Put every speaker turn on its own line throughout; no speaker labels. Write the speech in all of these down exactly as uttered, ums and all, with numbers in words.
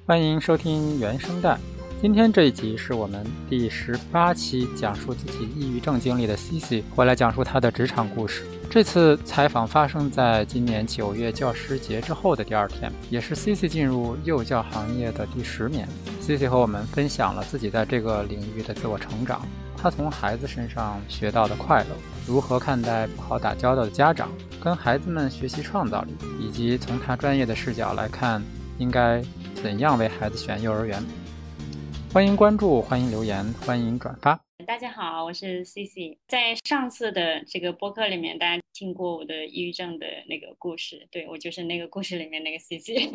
欢迎收听原声带。今天这一集是我们第十八期，讲述自己抑郁症经历的 C C 回来讲述她的职场故事。这次采访发生在今年九月教师节之后的第二天，也是 C C 进入幼教行业的第十年。C C 和我们分享了自己在这个领域的自我成长，她从孩子身上学到的快乐，如何看待不好打交道的家长，跟孩子们学习创造力，以及从她专业的视角来看应该怎样为孩子选幼儿园。欢迎关注，欢迎留言，欢迎转发。
大家好，我是 C C。在上次的这个播客里面，大家听过我的抑郁症的那个故事，对，我就是那个故事里面那个 C C。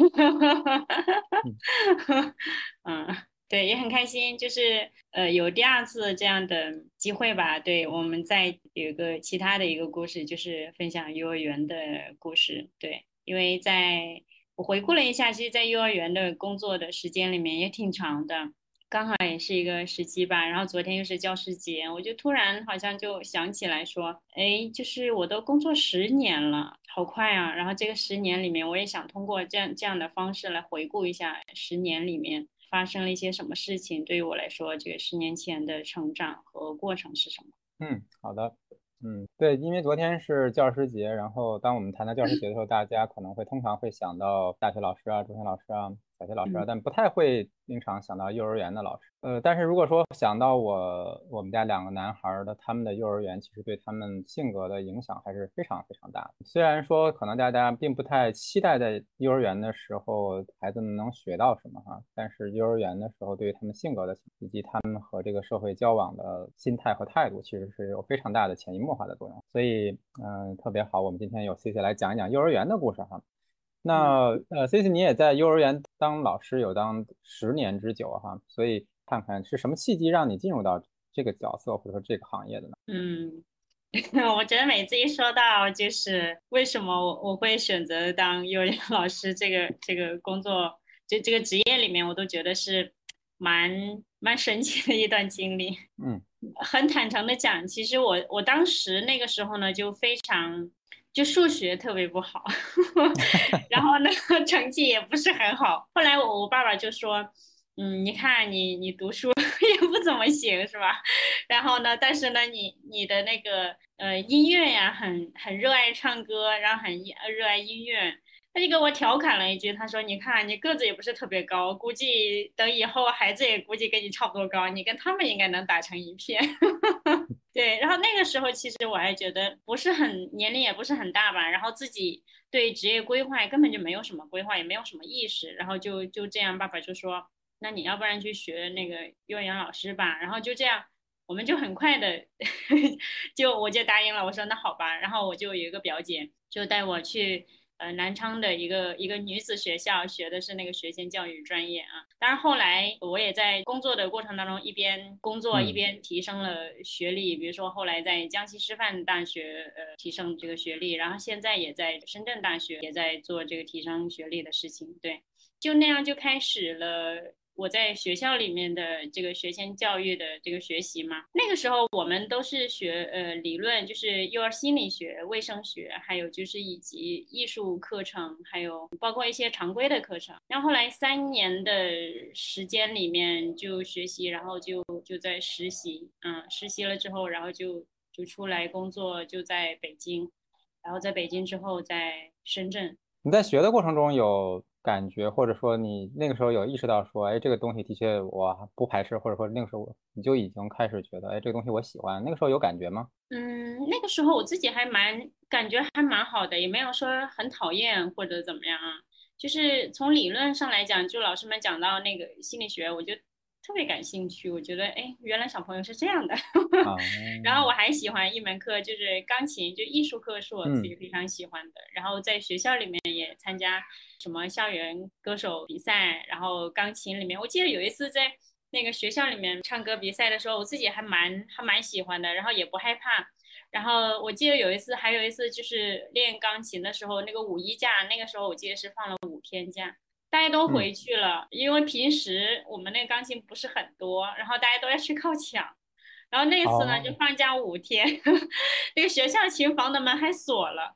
嗯，对，也很开心，就是呃有第二次这样的机会吧。对，我们再有一个其他的一个故事，就是分享幼儿园的故事。对，因为在我回顾了一下，其实，在幼儿园的工作的时间里面也挺长的。刚好也是一个时期吧，然后昨天又是教师节，我就突然好像就想起来说，哎，就是我都工作十年了，好快啊！然后这个十年里面，我也想通过这样这样的方式来回顾一下十年里面发生了一些什么事情，对于我来说，这个十年前的成长和过程是什么？
嗯，好的。嗯，对，因为昨天是教师节，然后当我们谈到教师节的时候，大家可能会通常会想到大学老师啊、中学老师啊、小学老师啊，
嗯
但不太会经常想到幼儿园的老师。呃，但是如果说想到我我们家两个男孩的他们的幼儿园，其实对他们性格的影响还是非常非常大的。虽然说可能大家并不太期待在幼儿园的时候孩子们能学到什么哈，但是幼儿园的时候对于他们性格的以及他们和这个社会交往的心态和态度，其实是有非常大的潜移默化的作用。所以，嗯、呃，特别好，我们今天有 C C 来讲一讲幼儿园的故事哈。
嗯。
那呃，C C 你也在幼儿园当老师有当十年之久哈，所以看看是什么契机让你进入到这个角色或者说这个行业的呢？
嗯，我觉得每次一说到就是为什么我我会选择当幼儿园老师这个这个工作，这这个职业里面，我都觉得是蛮蛮神奇的一段经历。
嗯
很坦诚的讲，其实我我当时那个时候呢，就非常就数学特别不好，然后呢成绩也不是很好。后来我我爸爸就说，嗯，你看你你读书也不怎么行是吧？然后呢，但是呢，你你的那个呃音乐呀，很很热爱唱歌，然后很呃热爱音乐。他就给我调侃了一句，他说："你看，你个子也不是特别高，估计等以后孩子也估计跟你差不多高，你跟他们应该能打成一片。对，然后那个时候其实我还觉得不是很年龄也不是很大吧，然后自己对职业规划根本就没有什么规划，也没有什么意识，然后就就这样，爸爸就说："那你要不然去学那个幼儿园老师吧。"然后就这样，我们就很快的就我就答应了，我说那好吧，然后我就有一个表姐就带我去。呃，南昌的一个一个女子学校学的是那个学前教育专业啊。当然后来我也在工作的过程当中，一边工作一
嗯。
边提升了学历，比如说后来在江西师范大学呃提升这个学历，然后现在也在深圳大学也在做这个提升学历的事情。对，就那样就开始了。我在学校里面的这个学前教育的这个学习嘛，那个时候我们都是学呃理论，就是幼儿心理学、卫生学，还有就是以及艺术课程，还有包括一些常规的课程。然后后来三年的时间里面就学习，然后就就在实习，嗯，实习了之后，然后就就出来工作，就在北京，然后在北京之后在深圳。
你在学的过程中有感觉，或者说你那个时候有意识到说，哎，这个东西的确我不排斥，或者说那个时候你就已经开始觉得，哎，这个东西我喜欢，那个时候有感觉吗？
嗯，那个时候我自己还蛮感觉还蛮好的，也没有说很讨厌或者怎么样啊。就是从理论上来讲，就老师们讲到那个心理学，我就特别感兴趣。我觉得，哎，原来小朋友是这样的。
啊，
然后我还喜欢一门课，就是钢琴，就艺术课是我自
嗯
己非常喜欢的。然后在学校里面也参加什么校园歌手比赛，然后钢琴里面，我记得有一次在那个学校里面唱歌比赛的时候，我自己还蛮还蛮喜欢的，然后也不害怕。然后我记得有一次，还有一次就是练钢琴的时候，那个五一假，那个时候我记得是放了五天假，大家都
嗯，
回去了，因为平时我们那个钢琴不是很多，然后大家都要去靠抢。然后那次呢，就
哦，
放假五天，那个学校琴房的门还锁了，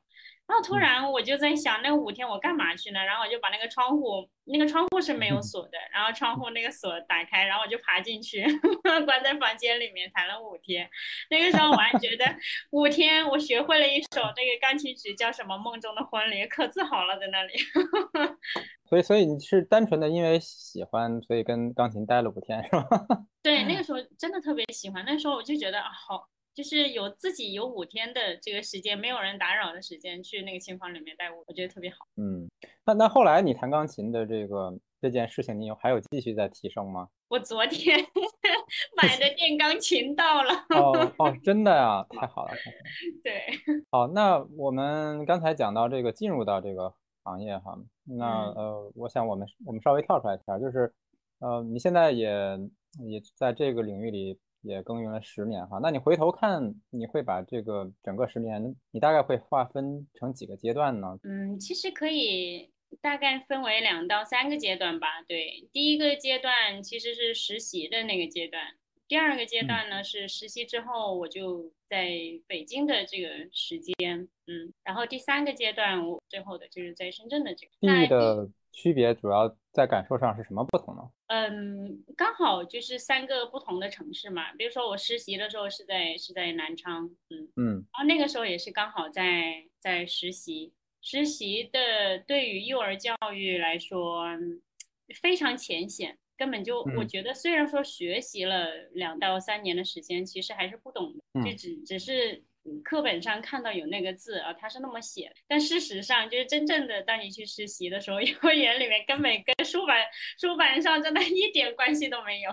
然后突
嗯
然我就在想，那五天我干嘛去呢？然后我就把那个窗户，那个窗户是没有锁的，然后窗户那个锁打开，然后我就爬进去，关在房间里面弹了五天。那个时候我还觉得五天我学会了一首那个钢琴曲，叫什么《梦中的婚礼》，可自豪了在那里。
所以所以你是单纯的因为喜欢，所以跟钢琴待了五天是吧？
对，那个时候真的特别喜欢。那时候我就觉得啊好，就是有自己有五天的这个时间，没有人打扰的时间，去那个琴房里面待舞，我觉得特别好。
嗯，那那后来你弹钢琴的这个这件事情，你有还有继续在提升吗？
我昨天买的电钢琴到了。
哦哦，真的呀，太好了，太好了。
对。
好，那我们刚才讲到这个进入到这个行业哈，那
嗯。
呃，我想我们我们稍微跳出来一下，就是呃，你现在也也在这个领域里也耕耘了十年哈，那你回头看，你会把这个整个十年，你大概会划分成几个阶段呢？
嗯，其实可以大概分为两到三个阶段吧。对，第一个阶段其实是实习的那个阶段，第二个阶
嗯，
段呢是实习之后我就在北京的这个时间，嗯，然后第三个阶段我最后的就是在深圳的这个。
地域的区别主要在感受上是什么不同呢？
嗯，刚好就是三个不同的城市嘛。比如说我实习的时候是在是在南昌，嗯，
嗯
然后那个时候也是刚好在在实习。实习的对于幼儿教育来说嗯非常浅显，根本就我
嗯
觉得虽然说学习了两到三年的时间，其实还是不懂的，就
嗯，
只只是嗯课本上看到有那个字啊，它是那么写的，但事实上就是真正的当你去实习的时候，幼儿园里面根本跟书本书本上真的一点关系都没有。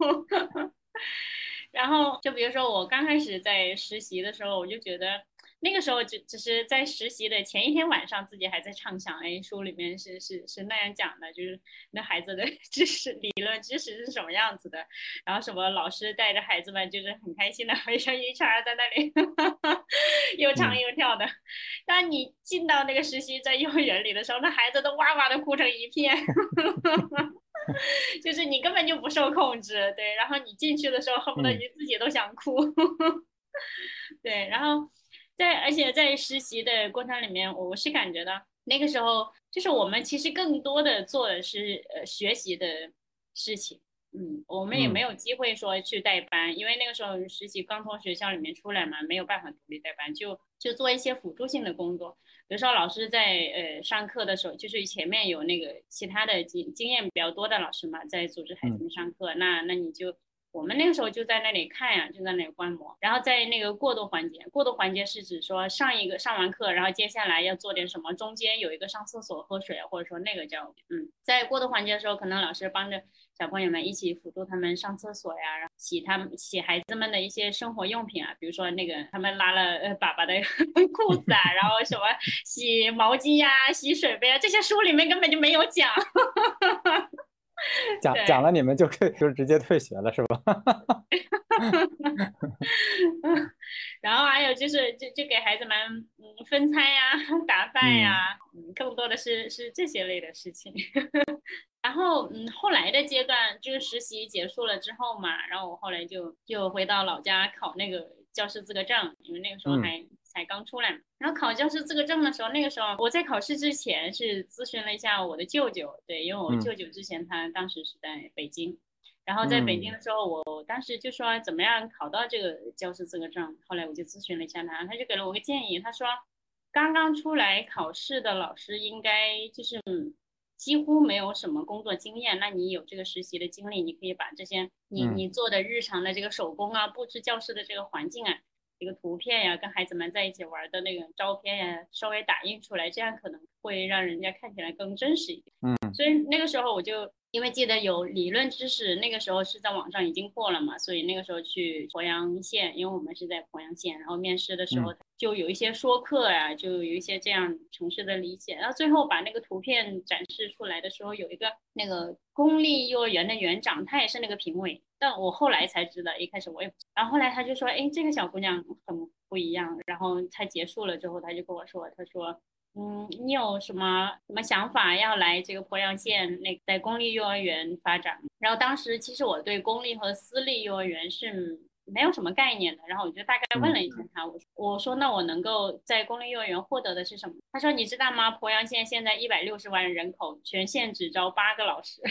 然后就比如说我刚开始在实习的时候，我就觉得那个时候只只是在实习的前一天晚上，自己还在畅想，哎，书里面是是是那样讲的，就是那孩子的知识理论知识是什么样子的，然后什么老师带着孩子们就是很开心的围着一圈在那里又唱
嗯，
又跳的。当你进到那个实习在幼儿园里的时候，那孩子都哇哇的哭成一片。就是你根本就不受控制，对，然后你进去的时候恨不得
嗯
你自己都想哭。对，然后在而且在实习的过程里面，我是感觉到那个时候就是我们其实更多的做的是呃学习的事情。嗯，我们也没
嗯
有机会说去带班，因为那个时候实习刚从学校里面出来嘛，没有办法独立带班，就就做一些辅助性的工作。比如说老师在呃上课的时候，就是前面有那个其他的经经验比较多的老师嘛，在组织孩子
嗯
们上课，那那你就我们那个时候就在那里看呀、就在那里观摩。然后在那个过渡环节，过渡环节是指说上一个上完课，然后接下来要做点什么，中间有一个上厕所喝水，或者说那个叫嗯，在过渡环节的时候，可能老师帮着小朋友们一起辅助他们上厕所呀，然后洗他们洗孩子们的一些生活用品啊，比如说那个他们拉了呃粑粑的裤子啊，然后什么洗毛巾呀、洗水杯啊，这些书里面根本就没有讲。
讲讲
对。
了你们就退就直接退学了是吧？
然后还有就是就就给孩子们嗯分餐呀、打饭
嗯
呀，嗯，更多的是是这些类的事情。然后嗯，后来的阶段就是实习结束了之后嘛，然后我后来就就回到老家考那个教师资格证，因为那个时候
嗯
还才刚出来嘛。然后考教师资格证的时候，那个时候我在考试之前是咨询了一下我的舅舅，对，因为我
嗯
舅舅之前他当时是在北京，然后在北京
嗯
的时候，我当时就说怎么样考到这个教师资格证，后来我就咨询了一下他，他就给了我个建议，他说刚刚出来考试的老师应该就是几乎没有什么工作经验，那你有这个实习的经历，你可以把这些你
嗯
你做的日常的这个手工啊，布置教室的这个环境啊，这个图片呀，跟孩子们在一起玩的那个照片呀，稍微打印出来，这样可能会让人家看起来更真实一点。
嗯
所以那个时候我就因为记得有理论知识，那个时候是在网上已经过了嘛，所以那个时候去鄱阳县，因为我们是在鄱阳县，然后面试的时候
嗯
就有一些说课呀、啊就有一些这样城市的理解，然后最后把那个图片展示出来的时候，有一个那个公立幼儿园的园长，他也是那个评委，但我后来才知道，一开始我也不知道，然后后来他就说，哎，这个小姑娘很不一样，然后他结束了之后，他就跟我说，他说。嗯，你有什么什么想法要来这个鄱阳县那在公立幼儿园发展？然后当时其实我对公立和私立幼儿园是没有什么概念的，然后我就大概问
嗯
了一下他，我说我说那我能够在公立幼儿园获得的是什么？他说你知道吗？鄱阳县现在一百六十万人口，全县只招八个老师。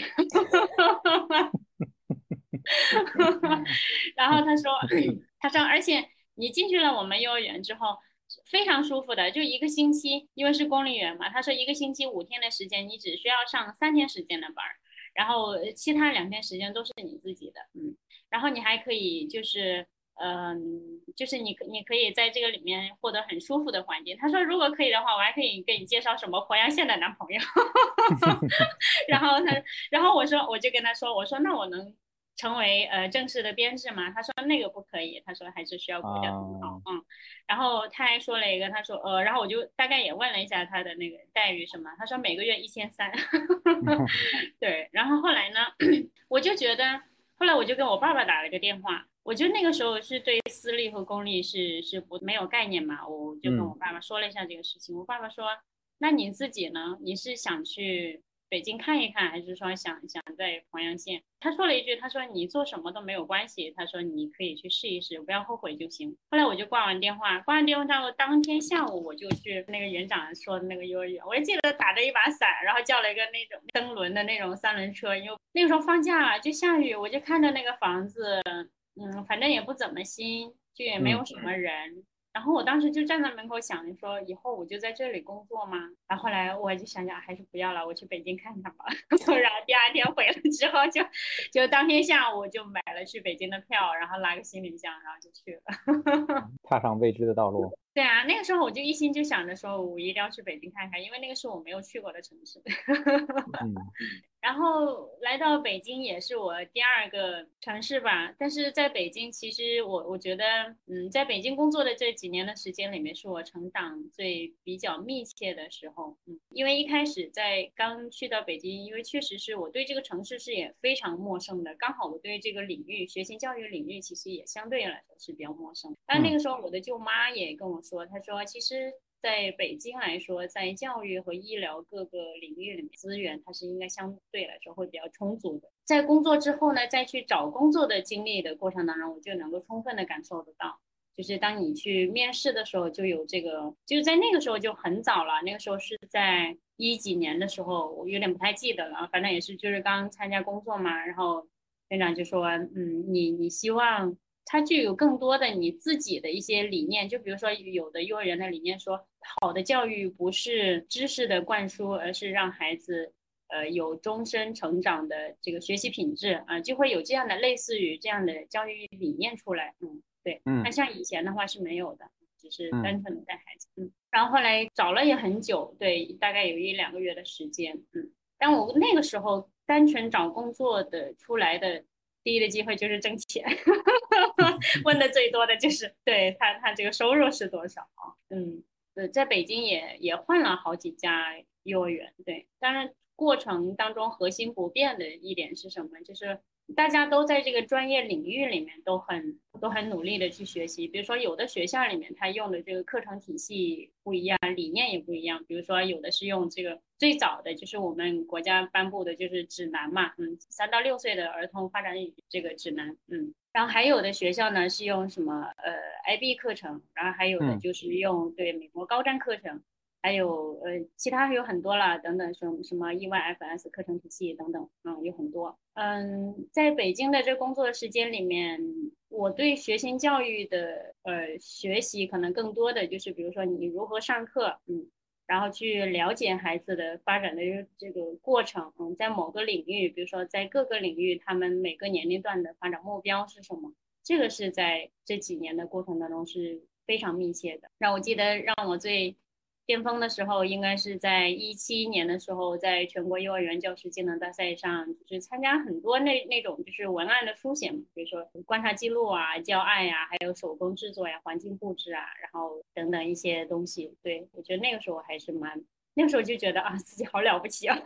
然后他说，他说，而且你进去了我们幼儿园之后，非常舒服的，就一个星期，因为是公立园嘛，他说一个星期五天的时间，你只需要上三天时间的班儿，然后其他两天时间都是你自己的，嗯，然后你还可以就是。嗯，就是你你可以在这个里面获得很舒服的环境。他说，如果可以的话，我还可以给你介绍什么鄱阳县的男朋友。然后他，然后我说，我就跟他说，我说那我能成为呃正式的编制吗？他说那个不可以，他说还是需要国家通
啊，
报。嗯，然后他还说了一个，他说呃，然后我就大概也问了一下他的那个待遇什么，他说每个月一千三。对，然后后来呢，我就觉得，后来我就跟我爸爸打了个电话。我觉得那个时候是对私立和公立是是不没有概念嘛，我就跟我
嗯
爸爸说了一下这个事情。我爸爸说，那你自己呢？你是想去北京看一看，还是说想想在鄱阳县？他说了一句，他说你做什么都没有关系，他说你可以去试一试，不要后悔就行。后来我就挂完电话，挂完电话之后，当天下午我就去那个园长说的那个幼儿园，我还记得打着一把伞，然后叫了一个那种登轮的那种三轮车，因为那个时候放假了就下雨，我就看着那个房子，嗯，反正也不怎么新，就也没有
嗯，
什么人。然后我当时就站在门口想着说，以后我就在这里工作吗？然后后来我就想想，还是不要了，我去北京看看吧。然后第二天回来之后就，就当天下午就买了去北京的票，然后拉个行李箱，然后就去了。
踏上未知的道路。
对啊，那个时候我就一心就想着说，我一定要去北京看看，因为那个是我没有去过的城市。
嗯
然后来到北京也是我第二个城市吧，但是在北京，其实我我觉得，嗯，在北京工作的这几年的时间里面，是我成长最比较密切的时候，嗯，因为一开始在刚去到北京，因为确实是我对这个城市是也非常陌生的，刚好我对这个领域，学前教育领域其实也相对来说是比较陌生。但那
嗯
个时候我的舅妈也跟我说，她说其实。在北京来说，在教育和医疗各个领域里面，资源它是应该相对来说会比较充足的。在工作之后呢，再去找工作的经历的过程当中，我就能够充分的感受得到，就是当你去面试的时候，就有这个，就是在那个时候就很早了，那个时候是在一几年的时候，我有点不太记得了，反正也是就是刚参加工作嘛，然后院长就说，嗯，你你希望。它具有更多的你自己的一些理念，就比如说有的幼儿园的理念说，好的教育不是知识的灌输，而是让孩子呃有终身成长的这个学习品质啊、呃，就会有这样的类似于这样的教育理念出来。嗯，对。那
嗯
像以前的话是没有的，只是
嗯
单纯的带孩子。嗯，然后后来找了也很久，对，大概有一两个月的时间。嗯，但我那个时候单纯找工作的出来的第一的机会就是挣钱。问的最多的就是对他他这个收入是多少啊？嗯，呃，在北京也也换了好几家幼儿园，对，当然过程当中核心不变的一点是什么？就是大家都在这个专业领域里面都很都很努力的去学习。比如说，有的学校里面他用的这个课程体系不一样，理念也不一样。比如说，有的是用这个最早的就是我们国家颁布的就是指南嘛，嗯，三到六岁的儿童发展这个指南，嗯。然后还有的学校呢是用什么呃 I B 课程，然后还有的
嗯
就是用对美国高瞻课程，还有呃其他还有很多啦，等等什么什么 E Y F S 课程体系等等，嗯，有很多。嗯，在北京的这工作时间里面，我对学前教育的呃学习可能更多的就是比如说你如何上课，嗯。然后去了解孩子的发展的这个过程，嗯，在某个领域，比如说在各个领域，他们每个年龄段的发展目标是什么？这个是在这几年的过程当中是非常密切的。让我记得让我最巅峰的时候，应该是在一七年的时候，在全国幼儿园教师技能大赛上，就是参加很多那那种就是文案的书写嘛，比如说观察记录啊、教案呀、还有手工制作呀、环境布置啊，然后等等一些东西。对，我觉得那个时候还是蛮，那个时候就觉得啊，自己好了不起啊。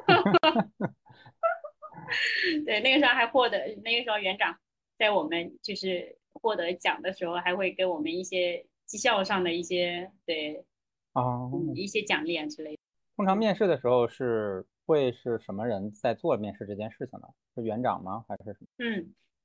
对，那个时候还获得，那个时候园长在我们就是获得奖的时候，还会给我们一些绩效上的一些对，嗯，
哦，
一些奖励啊之类的。
通常面试的时候是会是什么人在做面试这件事情呢？是园长吗？还是什么？
嗯。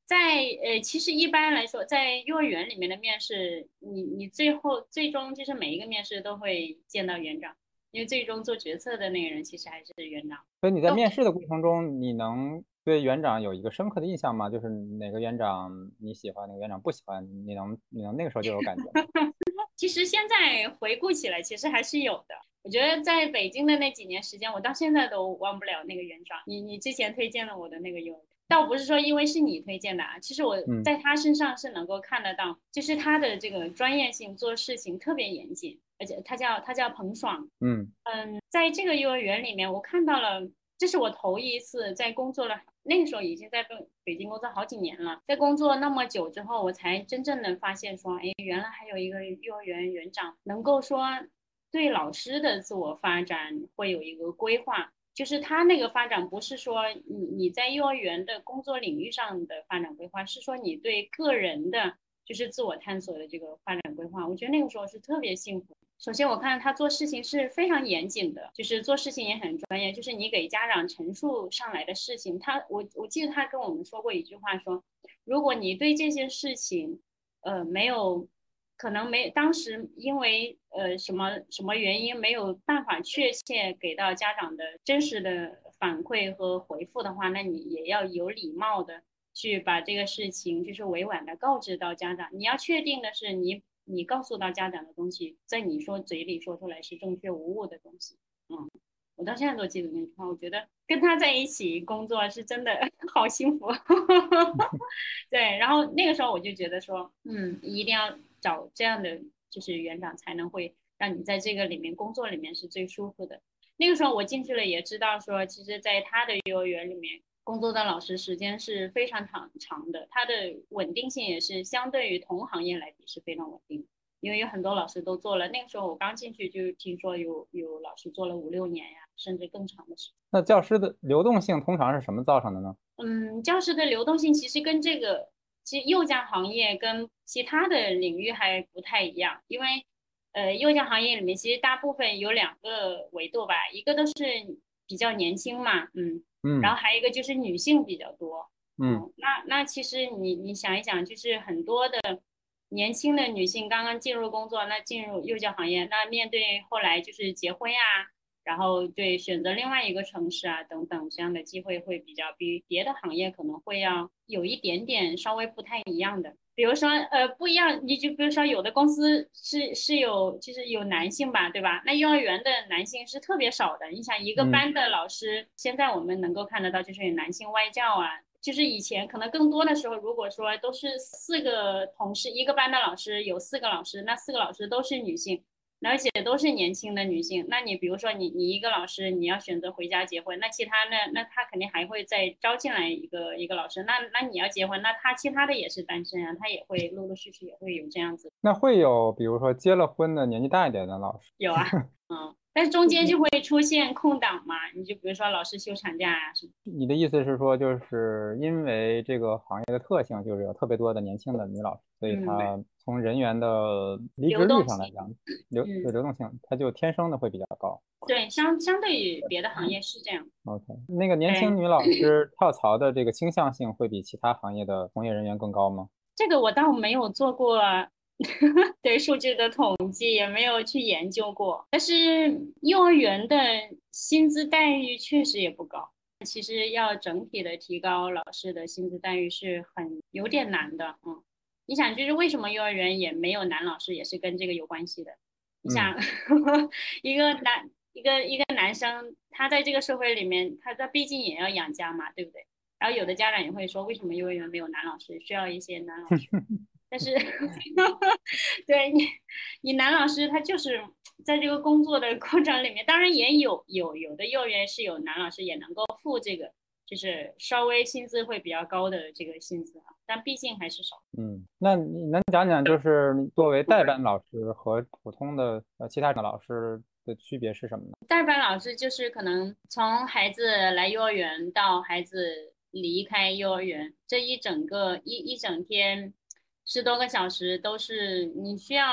在呃，其实一般来说，在幼儿园里面的面试，你你最后最终就是每一个面试都会见到园长，因为最终做决策的那个人其实还是园长。
所以你在
都
面试的过程中，你能对园长有一个深刻的印象吗？就是哪个园长你喜欢，哪个园长不喜欢，你能你能那个时候就有感觉吗？
其实现在回顾起来，其实还是有的。我觉得在北京的那几年时间，我到现在都忘不了那个园长。你你之前推荐了我的那个幼儿园，倒不是说因为是你推荐的啊，其实我
嗯
在他身上是能够看得到，就是他的这个专业性，做事情特别严谨，而且他叫他叫彭爽。
嗯
嗯，在这个幼儿园里面，我看到了，这是我头一次在工作了，那个时候已经在北北京工作好几年了，在工作那么久之后，我才真正的发现说，哎，原来还有一个幼儿园园长能够说对老师的自我发展会有一个规划，就是他那个发展不是说你你在幼儿园的工作领域上的发展规划，是说你对个人的就是自我探索的这个发展规划，我觉得那个时候是特别幸福。首先，我看他做事情是非常严谨的，就是做事情也很专业。就是你给家长陈述上来的事情，他我我记得他跟我们说过一句话说，如果你对这件事情，呃，没有可能没当时因为呃什么什么原因没有办法确切给到家长的真实的反馈和回复的话，那你也要有礼貌的去把这个事情就是委婉的告知到家长。你要确定的是你你告诉到家长的东西，在你说嘴里说出来是正确无误的东西。嗯，我到现在都记得那句话，我觉得跟他在一起工作是真的好幸福。对，然后那个时候我就觉得说，嗯，一定要找这样的就是园长，才能会让你在这个里面工作里面是最舒服的。那个时候我进去了，也知道说，其实，在他的幼儿园里面工作的老师时间是非常长长的，他的稳定性也是相对于同行业来比是非常稳定的。因为有很多老师都做了，那个时候我刚进去就听说有有老师做了五六年呀，甚至更长的时间。
那教师的流动性通常是什么造成的呢？
嗯，教师的流动性其实跟这个，其实幼教行业跟其他的领域还不太一样，因为呃，幼教行业里面其实大部分有两个维度吧，一个都是比较年轻嘛，嗯，然
嗯
后还有一个就是女性比较多，
嗯
嗯，那那其实你你想一想，就是很多的年轻的女性刚刚进入工作，那进入幼教行业，那面对后来就是结婚呀。然后对选择另外一个城市啊等等这样的机会会比较比别的行业可能会要有一点点稍微不太一样的。比如说呃不一样，你就比如说有的公司是是有就是有男性吧，对吧？那幼儿园的男性是特别少的。你想一个
嗯
班的老师，现在我们能够看得到就是有男性外教啊。就是以前可能更多的时候，如果说都是四个同事，一个班的老师有四个老师，那四个老师都是女性，而且都是年轻的女性。那你比如说你你一个老师你要选择回家结婚，那其他呢？那他肯定还会再招进来一个一个老师。那那你要结婚，那他其他的也是单身啊，他也会陆陆续续也会有这样子。
那会有比如说结了婚的年纪大一点的老师，
有啊，嗯，但是中间就会出现空档嘛，你就比如说老师休产假啊什么。
你的意思是说，就是因为这个行业的特性，就是有特别多的年轻的女老师，所以
嗯，
她从人员的离职率
流动性。
上来讲，流对
嗯，
流动性，它就天生的会比较高。
对，相相对于别的行业是这样。
OK，那个年轻
对，
女老师跳槽的这个倾向性会比其他行业的从业人员更高吗？
这个我倒没有做过对数据的统计，也没有去研究过。但是幼儿园的薪资待遇确实也不高，其实要整体的提高老师的薪资待遇是很有点难的。嗯，你想，就是为什么幼儿园也没有男老师，也是跟这个有关系的。你
嗯
想，一个男一个一个男生，他在这个社会里面，他他毕竟也要养家嘛，对不对？然后有的家长也会说，为什么幼儿园没有男老师，需要一些男老师？但是对你，你男老师他就是在这个工作的过程里面，当然也有有有的幼儿园是有男老师也能够付这个，就是稍微薪资会比较高的这个薪资啊，但毕竟还是少。
嗯，那你能讲讲，就是作为代班老师和普通的呃其他的老师的区别是什么呢？
代班老师就是可能从孩子来幼儿园到孩子离开幼儿园，这一整个一一整天十多个小时都是你需要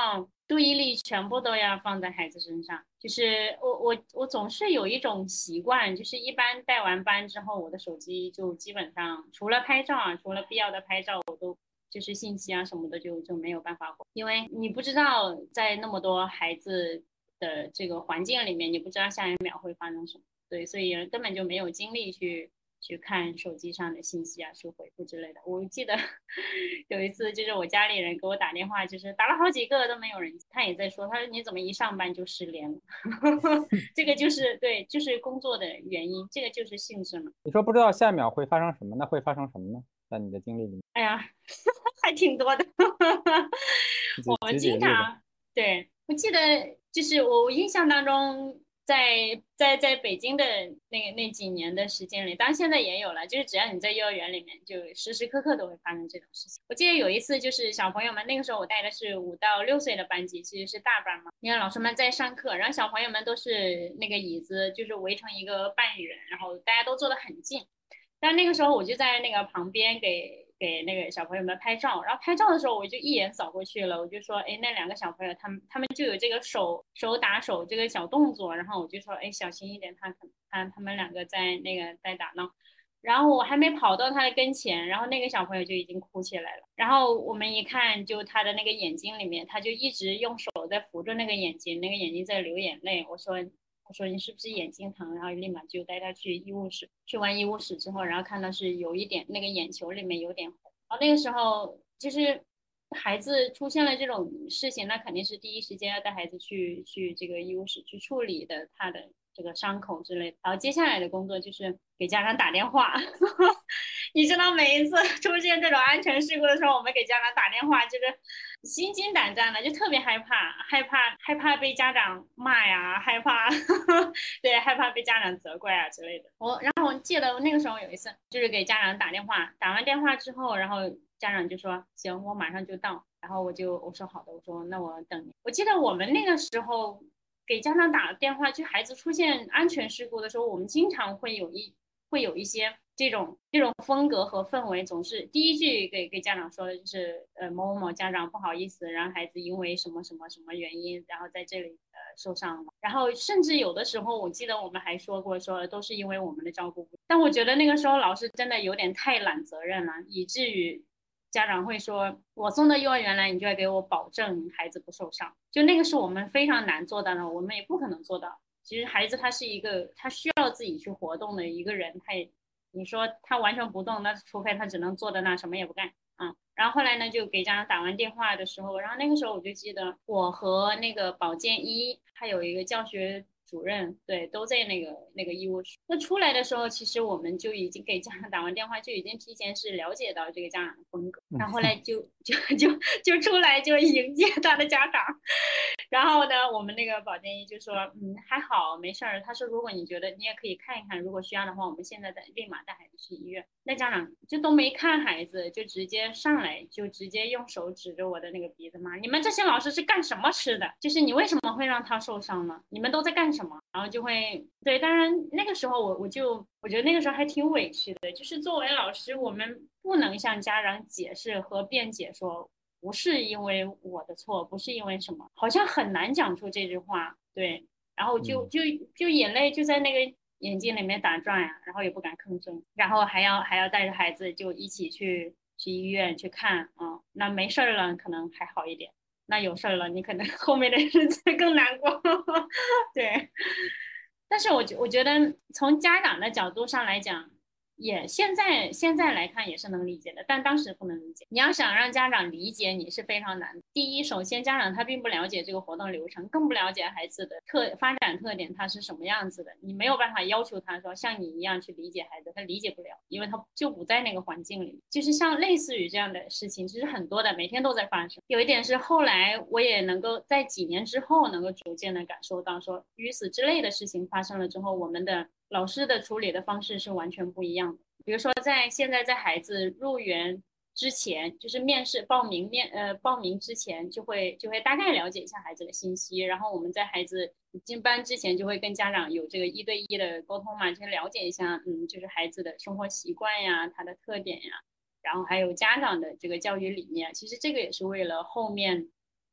注意力全部都要放在孩子身上。就是我我我总是有一种习惯，就是一般带完班之后，我的手机就基本上除了拍照啊，除了必要的拍照，我都就是信息啊什么的就就没有办法回，因为你不知道在那么多孩子的这个环境里面，你不知道下一秒会发生什么，对，所以根本就没有精力去去看手机上的信息啊，去回复之类的。我记得有一次，就是我家里人给我打电话，就是打了好几个都没有人，他也在说，他说你怎么一上班就失联了？这个就是对，就是工作的原因，这个就是性质嘛。
你说不知道下一秒会发生什么，那会发生什么呢？在你的经历里面，
哎呀，还挺多的。
举
我
举几个例子。
经常，对，我记得就是我我印象当中在，在在北京的那个那几年的时间里，当然现在也有了，就是只要你在幼儿园里面，就时时刻刻都会发生这种事情。我记得有一次，就是小朋友们，那个时候我带的是五到六岁的班级，其实是大班嘛。你看老师们在上课，然后小朋友们都是那个椅子，就是围成一个半圆，然后大家都坐得很近。但那个时候我就在那个旁边给给那个小朋友们拍照，然后拍照的时候我就一眼扫过去了，我就说，哎，那两个小朋友他们他们就有这个手手打手这个小动作，然后我就说，哎，小心一点，他可他他们两个在那个在打闹。然后我还没跑到他的跟前，然后那个小朋友就已经哭起来了。然后我们一看，就他的那个眼睛里面，他就一直用手在扶着那个眼睛，那个眼睛在流眼泪。我说我说你是不是眼睛疼？然后立马就带他去医务室。去完医务室之后，然后看到是有一点那个眼球里面有点红。然后那个时候就是孩子出现了这种事情，那肯定是第一时间要带孩子去去这个医务室去处理的他的这个伤口之类的。然后接下来的工作就是给家长打电话。你知道每一次出现这种安全事故的时候，我们给家长打电话，就是心惊胆战的，就特别害怕，害怕害怕被家长骂呀，害怕对，害怕被家长责怪啊之类的。我然后我记得那个时候有一次，就是给家长打电话，打完电话之后，然后家长就说行，我马上就到。然后我就我说好的，我说那我等你。我记得我们那个时候给家长打电话，就孩子出现安全事故的时候，我们经常会有一会有一些这种这种风格和氛围，总是第一句给给家长说的就是呃某某某家长不好意思，让孩子因为什么什么什么原因，然后在这里呃受伤了。然后甚至有的时候，我记得我们还说过说都是因为我们的照顾不。但我觉得那个时候老师真的有点太揽责任了，以至于家长会说，我送到幼儿园来，你就要给我保证孩子不受伤。就那个是我们非常难做到的，我们也不可能做到。其实孩子他是一个他需要自己去活动的一个人，他也你说他完全不动，那除非他只能坐在那什么也不干。嗯，然后后来呢，就给家长打完电话的时候，然后那个时候我就记得我和那个保健医还有一个教学主任，对，都在那个那个医务室。那出来的时候，其实我们就已经给家长打完电话，就已经提前是了解到这个家长的风格，然后后来就就就就出来就迎接他的家长。然后呢，我们那个保健医就说，嗯，还好，没事儿。他说，如果你觉得你也可以看一看，如果需要的话，我们现在带立马带孩子去医院。那家长就都没看孩子，就直接上来，就直接用手指着我的那个鼻子骂：你们这些老师是干什么吃的？就是你为什么会让他受伤呢？你们都在干什么？然后就会对，当然那个时候我我就我觉得那个时候还挺委屈的，就是作为老师，我们不能向家长解释和辩解说。不是因为我的错，不是因为什么，好像很难讲出这句话。对，然后就
嗯，
就就眼泪就在那个眼睛里面打转呀、啊，然后也不敢吭声，然后还要还要带着孩子就一起去去医院去看啊、嗯，那没事了可能还好一点，那有事了你可能后面的日子更难过。对，但是我觉我觉得从家长的角度上来讲。也现在现在来看也是能理解的，但当时不能理解。你要想让家长理解你是非常难的。第一，首先家长他并不了解这个活动流程，更不了解孩子的特发展特点，他是什么样子的。你没有办法要求他说像你一样去理解孩子，他理解不了，因为他就不在那个环境里。就是像类似于这样的事情，其实很多的，每天都在发生。有一点是后来我也能够在几年之后能够逐渐的感受到说，与此之类的事情发生了之后，我们的老师的处理的方式是完全不一样的。比如说，在现在在孩子入园之前，就是面试报名面呃报名之前，就会就会大概了解一下孩子的信息，然后我们在孩子进班之前就会跟家长有这个一对一的沟通嘛，就了解一下，嗯，就是孩子的生活习惯呀，他的特点呀，然后还有家长的这个教育理念，其实这个也是为了后面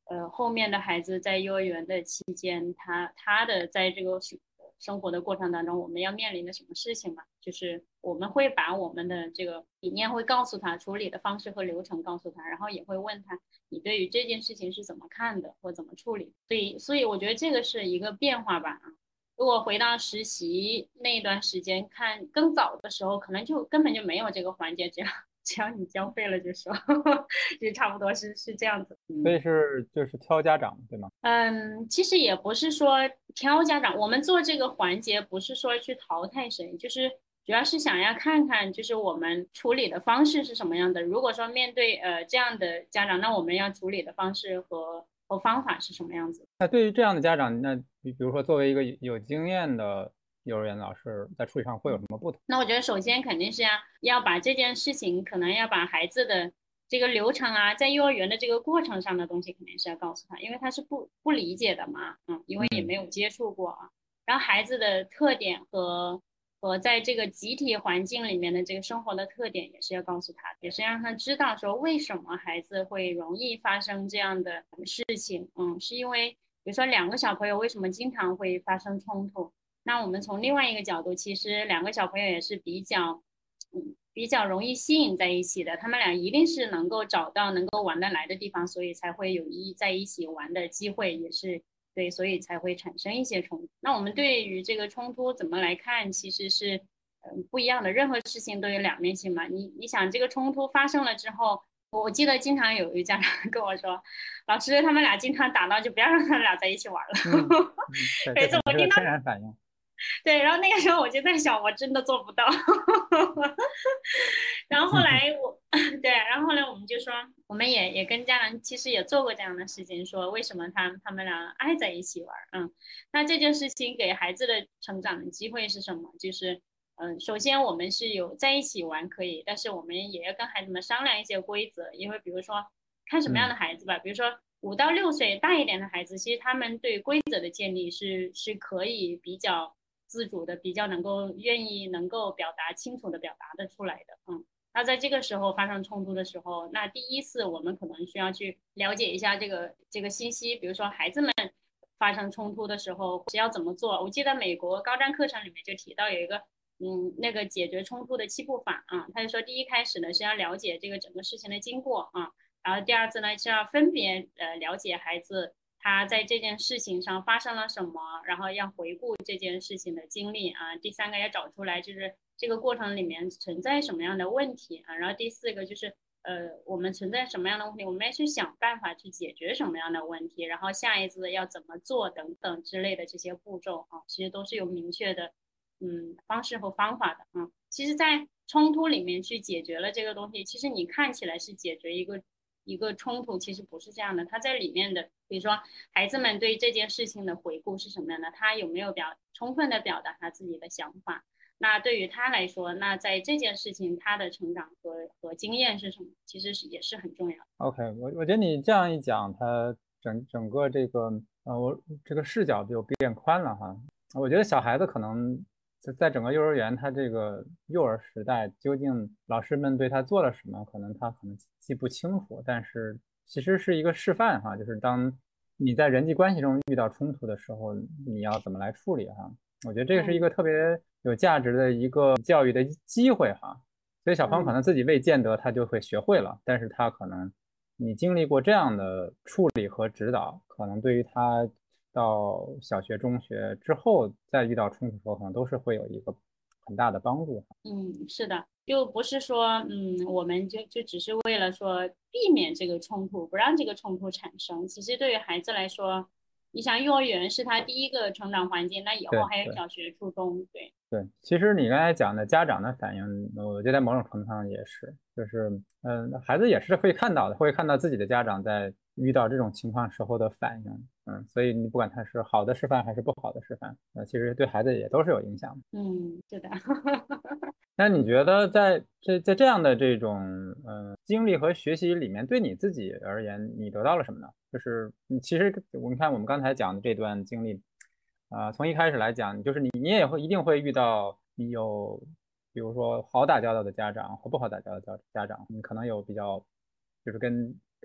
呃后面的孩子在幼儿园的期间，他他的在这个生生活的过程当中，我们要面临的什么事情嘛？就是我们会把我们的这个理念会告诉他，处理的方式和流程告诉他，然后也会问他你对于这件事情是怎么看的或怎么处理。所以所以我觉得这个是一个变化吧啊。如果回到实习那段时间看更早的时候，可能就根本就没有这个环节，只要只要你交费了就说，就差不多是是这样子。
所以
嗯
是就是挑家长，对吗？
嗯，其实也不是说挑家长，我们做这个环节不是说去淘汰谁，就是主要是想要看看，就是我们处理的方式是什么样的。如果说面对呃这样的家长，那我们要处理的方式和和方法是什么样子？
那对于这样的家长，那比比如说作为一个有有经验的幼儿园老师，在处理上会有什么不同？
那我觉得首先肯定是要要把这件事情，可能要把孩子的这个流程啊，在幼儿园的这个过程上的东西，肯定是要告诉他，因为他是不不理解的嘛，嗯，因为也没
嗯
有接触过啊。然后孩子的特点和和在这个集体环境里面的这个生活的特点，也是要告诉他，也是让他知道说为什么孩子会容易发生这样的事情，嗯，是因为比如说两个小朋友为什么经常会发生冲突。那我们从另外一个角度，其实两个小朋友也是比较，嗯，比较容易吸引在一起的。他们俩一定是能够找到能够玩得来的地方，所以才会有一在一起玩的机会，也是对，所以才会产生一些冲突。那我们对于这个冲突怎么来看，其实是嗯不一样的。任何事情都有两面性嘛。你你想这个冲突发生了之后，我记得经常有一个家长跟我说，老师他们俩经常打闹，就不要让他们俩在一起玩
嗯
了。
嗯，对，
每
这
次我听到
肯定是个天然反应。
对，然后那个时候我就在想，我真的做不到。然后后来我，对，然后后来我们就说，我们也也跟家长其实也做过这样的事情，说为什么他他们俩爱在一起玩嗯，那这件事情给孩子的成长的机会是什么？就是嗯，首先我们是有在一起玩可以，但是我们也要跟孩子们商量一些规则，因为比如说看什么样
嗯
的孩子吧，比如说五到六岁大一点的孩子，其实他们对规则的建立是是可以比较自主的，比较能够愿意能够表达清楚的表达的出来的，嗯。那在这个时候发生冲突的时候，那第一次我们可能需要去了解一下这个这个信息，比如说孩子们发生冲突的时候是要怎么做。我记得美国高瞻课程里面就提到有一个嗯那个解决冲突的七步法啊，他就说第一开始呢是要了解这个整个事情的经过啊，然后第二次呢是要分别呃了解孩子他在这件事情上发生了什么，然后要回顾这件事情的经历啊。第三个要找出来就是这个过程里面存在什么样的问题啊。然后第四个就是呃我们存在什么样的问题，我们要去想办法去解决什么样的问题，然后下一次要怎么做等等之类的这些步骤啊，其实都是有明确的嗯方式和方法的啊。其实，在冲突里面去解决了这个东西，其实你看起来是解决一个一个冲突，其实不是这样的。他在里面的，比如说孩子们对这件事情的回顾是什么样的，他有没有表充分的表达他自己的想法？那对于他来说，那在这件事情他的成长和和经验是什么，其实是也是很重要的。
，OK，我我觉得你这样一讲，它整整个这个呃，我这个视角就变宽了哈。我觉得小孩子可能在在整个幼儿园，他这个幼儿时代，究竟老师们对他做了什么，可能他可能记不清楚，但是其实是一个示范哈，就是当你在人际关系中遇到冲突的时候，你要怎么来处理哈。我觉得这个是一
嗯
个特别有价值的一个教育的机会哈。所以小朋友可
嗯。
能自己未见得他就会学会了，但是他可能你经历过这样的处理和指导，可能对于他到小学、中学之后再遇到冲突的时候，可能都是会有一个很大的帮助。
嗯，是的，就不是说，嗯，我们就就只是为了说避免这个冲突，不让这个冲突产生。其实对于孩子来说，你想幼儿园是他第一个成长环境，那以后还有
对对。
小学、初中，对，
对，其实你刚才讲的家长的反应，我觉得在某种程度上也是，就是，嗯，孩子也是会看到的，会看到自己的家长在遇到这种情况时候的反应，嗯，所以你不管他是好的示范还是不好的示范，呃，其实对孩子也都是有影响的。
嗯，是的，
那你觉得在这在这样的这种呃经历和学习里面，对你自己而言，你得到了什么呢？就是你其实我们看我们刚才讲的这段经历，啊、从一开始来讲，就是你你也会一定会遇到你有，比如说好打交道的家长和不好打交道的家家长，你可能有比较就是跟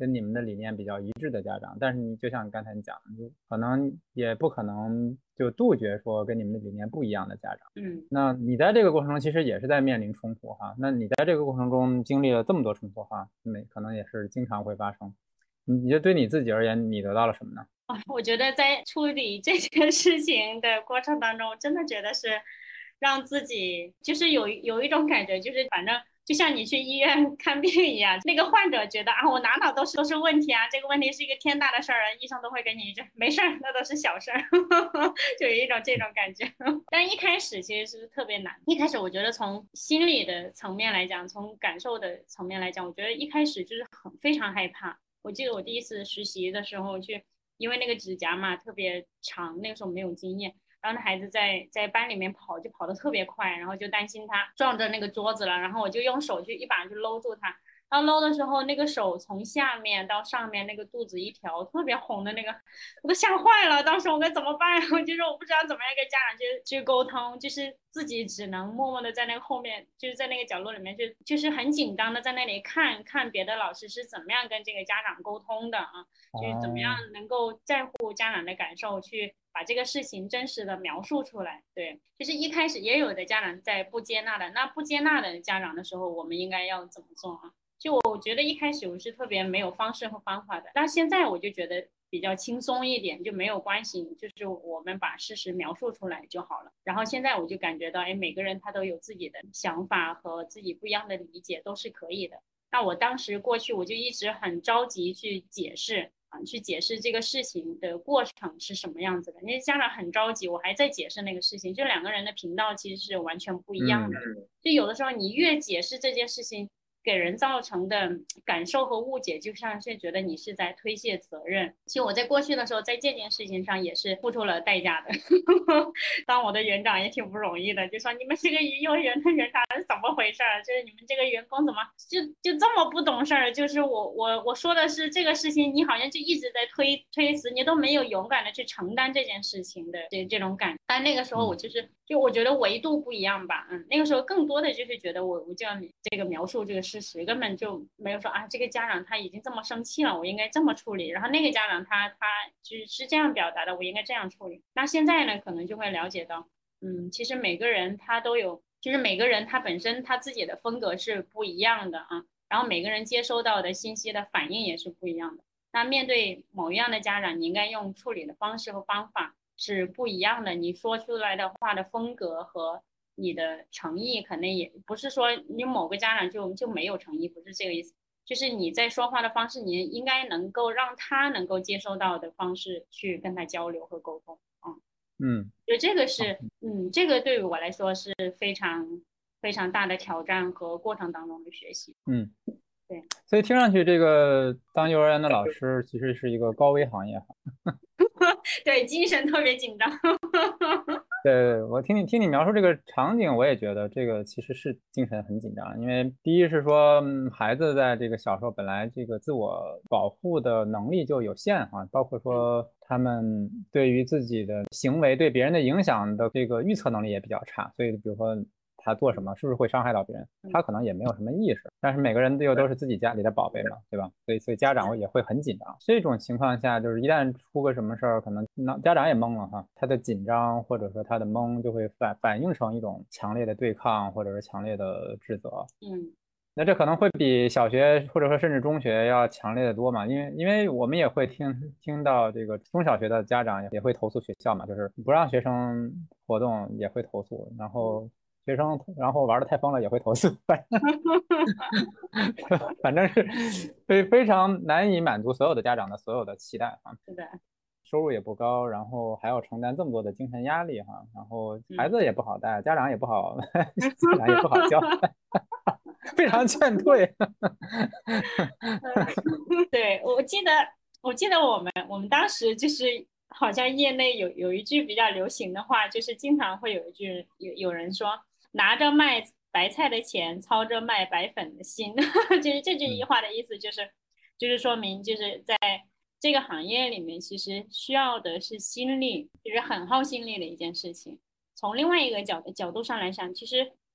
跟你们的理念比较一致的家长，但是你就像刚才你讲的，可能也不可能就杜绝说跟你们的理念不一样的家长。
嗯，
那你在这个过程中其实也是在面临冲突哈。那你在这个过程中经历了这么多冲突哈，没可能也是经常会发生。你你觉得对你自己而言，你得到了什么呢？
啊，我觉得在处理这件事情的过程当中，真的觉得是让自己就是有有一种感觉，就是反正就像你去医院看病一样，那个患者觉得啊，我哪哪都是都是问题啊，这个问题是一个天大的事儿啊，医生都会给你这没事儿，那都是小事儿，就有一种这种感觉。但一开始其实是特别难，一开始我觉得从心理的层面来讲，从感受的层面来讲，我觉得一开始就是很非常害怕。我记得我第一次实习的时候去，因为那个指甲嘛特别长，那个时候没有经验，然后那孩子在在班里面跑就跑得特别快，然后就担心他撞着那个桌子了，然后我就用手去一把就搂住他，然后搂的时候那个手从下面到上面那个肚子一条特别红的那个，我都吓坏了，当时我该怎么办？我就说我不知道怎么样跟家长去去沟通，就是自己只能默默的在那个后面，就是在那个角落里面就就是很紧张的在那里看看别的老师是怎么样跟这个家长沟通的啊，就是怎么样
哦，
能够在乎家长的感受，去把这个事情真实的描述出来。对，就是一开始也有的家长在不接纳的，那不接纳的家长的时候，我们应该要怎么做啊？就我觉得一开始我是特别没有方式和方法的，但现在我就觉得比较轻松一点，就没有关系，就是我们把事实描述出来就好了。然后现在我就感觉到，哎，每个人他都有自己的想法和自己不一样的理解，都是可以的。那我当时过去我就一直很着急去解释啊，去解释这个事情的过程是什么样子的。那家长很着急，我还在解释那个事情，就两个人的频道其实是完全不一样的。
嗯
就有的时候你越解释这件事情，给人造成的感受和误解，就像是觉得你是在推卸责任。其实我在过去的时候，在这件事情上也是付出了代价的。当我的园长也挺不容易的，就说你们这个幼儿园的园长是怎么回事儿？就是你们这个员工怎么就就这么不懂事儿？就是我我我说的是这个事情，你好像就一直在推推辞，你都没有勇敢的去承担这件事情的这这种感。但那个时候我
嗯
就是就我觉得维度不一样吧，嗯，那个时候更多的就是觉得我我就要这个描述这个事实，根本就没有说啊这个家长他已经这么生气了，我应该这么处理，然后那个家长他他就是这样表达的，我应该这样处理。那现在呢，可能就会了解到，嗯，其实每个人他都有，就是每个人他本身他自己的风格是不一样的啊，然后每个人接收到的信息的反应也是不一样的。那面对某一样的家长，你应该用处理的方式和方法是不一样的，你说出来的话的风格和你的诚意，肯定也不是说你某个家长就就没有诚意，不是这个意思。就是你在说话的方式，你应该能够让他能够接收到的方式去跟他交流和沟通。嗯，
嗯。
就这个是，嗯，这个对于我来说是非常非常大的挑战和过程当中的学习。
嗯，
对，
所以听上去这个当幼儿园的老师其实是一个高危行业哈。
对，精神特别紧张。
对，我听你听你描述这个场景，我也觉得这个其实是精神很紧张。因为第一是说，嗯孩子在这个小时候本来这个自我保护的能力就有限哈，包括
嗯
说他们对于自己的行为对别人的影响的这个预测能力也比较差，所以比如说他做什么是不是会伤害到别人，他
嗯，
可能也没有什么意识。但是每个人又都是自己家里的宝贝嘛，对吧？所以所以家长也会很紧张。这种情况下，就是一旦出个什么事儿，可能那家长也懵了哈，他的紧张或者说他的懵就会反反映成一种强烈的对抗或者是强烈的指责。
嗯
那这可能会比小学或者说甚至中学要强烈的多嘛，因为因为我们也会听听到这个中小学的家长也会投诉学校嘛，就是不让学生活动也会投诉，然
嗯，
后学生然后玩的太疯了也会投诉，反正反正是非非常难以满足所有的家长的所有的期待啊。
是的，
收入也不高，然后还要承担这么多的精神压力哈，然后孩
嗯。
子也不好带，家长也不好，家长也不好教，非常劝退。
对，我记得，我记得我们我们当时就是好像业内有有一句比较流行的话，就是经常会有一句有有人说拿着卖白菜的钱，操着卖白粉的心，就是这句
嗯
话的意思就是就是说明就是在这个行业里面，其实需要的是心力，就是很耗心力的一件事情。从另外一个角角度上来讲，其实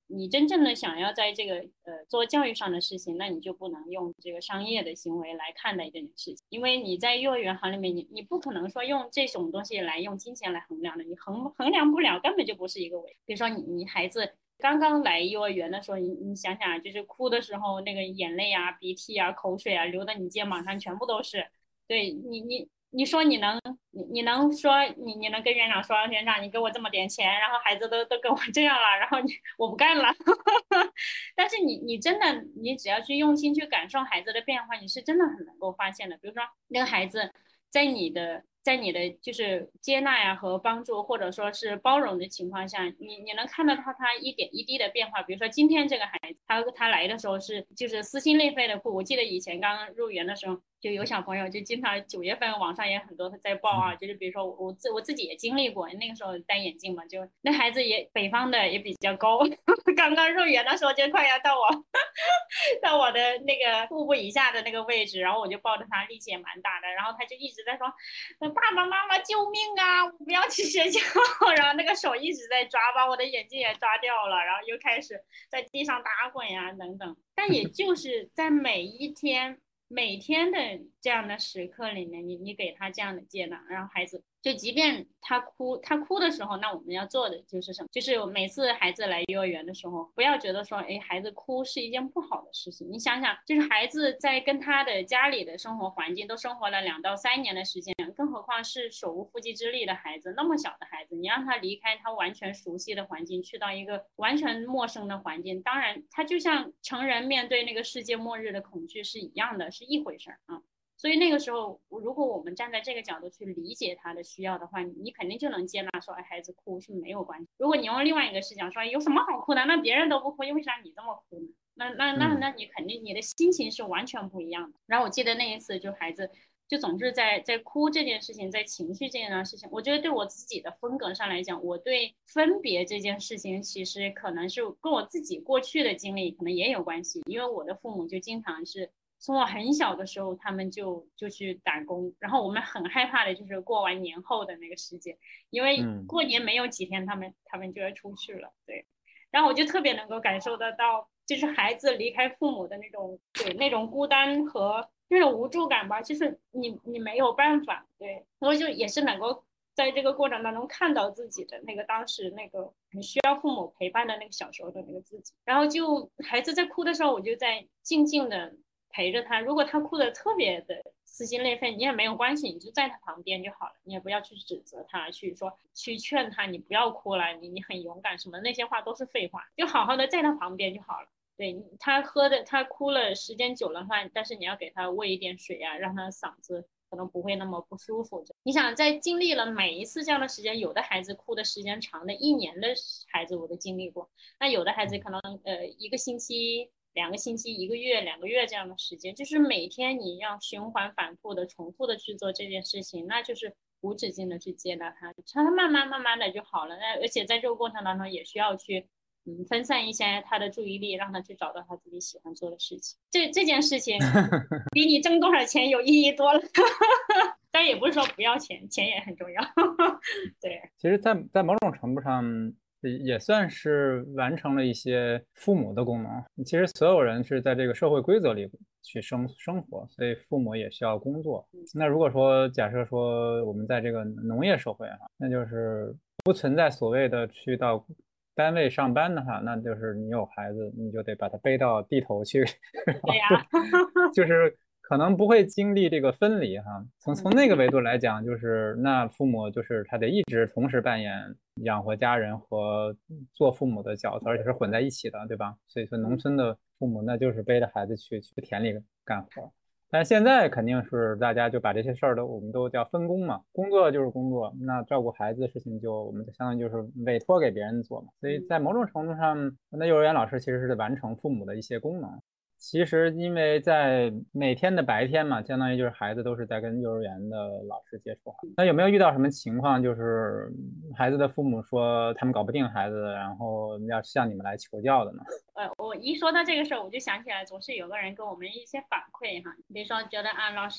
你真正的想要在这个呃做教育上的事情，那你就不能用这个商业的行为来看待这件事情，因为你在幼儿园行里面，你你不可能说用这种东西来用金钱来衡量的，你衡衡量不了，根本就不是一个维。比如说你你孩子刚刚来幼儿园的时候，你你想想，就是哭的时候，那个眼泪啊、鼻涕啊、口水啊流的你肩膀上全部都是，对你你。你说你能，你你能说你你能跟园长说，园长你给我这么点钱，然后孩子都都跟我这样了，然后你我不干了。但是你你真的你只要去用心去感受孩子的变化，你是真的很能够发现的。比如说那个孩子在你的在你的就是接纳呀和帮助或者说是包容的情况下，你你能看到他他一点一滴的变化。比如说今天这个孩子，他他来的时候是就是撕心裂肺的哭。我记得以前刚刚入园的时候。就有小朋友就经常九月份网上也很多在报啊，就是比如说我自我自己也经历过，那个时候戴眼镜嘛，就那孩子也北方的也比较高，刚刚入园的时候就快要到我到我的那个腹部以下的那个位置，然后我就抱着他，力气也蛮大的，然后他就一直在说爸爸妈妈救命啊，我不要去学校，然后那个手一直在抓，把我的眼镜也抓掉了，然后又开始在地上打滚呀等等，但也就是在每一天。每天的这样的时刻里面，你你给他这样的接纳，然后孩子就即便他哭，他哭的时候，那我们要做的就是什么？就是每次孩子来幼儿园的时候，不要觉得说，哎，孩子哭是一件不好的事情。你想想，就是孩子在跟他的家里的生活环境都生活了两到三年的时间，更何况是手无缚鸡之力的孩子，那么小的孩子，你让他离开他完全熟悉的环境，去到一个完全陌生的环境，当然，他就像成人面对那个世界末日的恐惧是一样的，是一回事啊。所以那个时候，如果我们站在这个角度去理解他的需要的话，你肯定就能接纳说，哎，孩子哭是没有关系。如果你用另外一个视角说，有什么好哭的？那别人都不哭，为啥你这么哭呢？那那那那你肯定你的心情是完全不一样的。然后我记得那一次，就孩子就总是在在哭这件事情，在情绪这件事情，我觉得对我自己的风格上来讲，我对分别这件事情，其实可能是跟我自己过去的经历可能也有关系，因为我的父母就经常是。从我很小的时候，他们就就去打工，然后我们很害怕的就是过完年后的那个时间，因为过年没有几天，他们他们就要出去了，对。然后我就特别能够感受得到，就是孩子离开父母的那种对那种孤单和那种无助感吧，就是你你没有办法，对，然后就也是能够在这个过程当中看到自己的那个当时那个很需要父母陪伴的那个小时候的那个自己，然后就孩子在哭的时候，我就在静静的。陪着他，如果他哭得特别的撕心裂肺，你也没有关系，你就在他旁边就好了，你也不要去指责他，去说去劝他，你不要哭了，你你很勇敢什么那些话都是废话，就好好的在他旁边就好了。对他喝的，他哭了时间久了话，但是你要给他喂一点水啊，让他嗓子可能不会那么不舒服。你想在经历了每一次这样的时间，有的孩子哭的时间长的一年的孩子我都经历过，那有的孩子可能呃一个星期。两个星期、一个月、两个月这样的时间，就是每天你要循环反复的、重复的去做这件事情，那就是无止境的去接纳它，它慢慢慢慢的就好了。那而且在这个过程当中，也需要去嗯分散一些他的注意力，让他去找到他自己喜欢做的事情。这这件事情比你挣多少钱有意义多了。但也不是说不要钱，钱也很重要。对，
其实在，在在某种程度上，也算是完成了一些父母的功能。其实所有人是在这个社会规则里去生生活，所以父母也需要工作。那如果说假设说我们在这个农业社会哈，那就是不存在所谓的去到单位上班的话，那就是你有孩子，你就得把他背到地头去，
对呀，
就是可能不会经历这个分离哈。从从那个维度来讲，就是那父母就是他得一直同时扮演养活家人和做父母的角色，而且是混在一起的，对吧？所以说农村的父母那就是背着孩子去去田里干活。但是现在肯定是大家就把这些事儿都我们都叫分工嘛，工作就是工作，那照顾孩子的事情就我们相当于就是委托给别人做嘛。所以在某种程度上，那幼儿园老师其实是完成父母的一些功能。其实因为在每天的白天嘛，相当于就是孩子都是在跟幼儿园的老师接触。那有没有遇到什么情况，就是孩子的父母说他们搞不定孩子，然后要向你们来求教的呢？
呃，我一说到这个事儿，我就想起来，总是有个人给我们一些反馈哈，比如说觉得啊，老师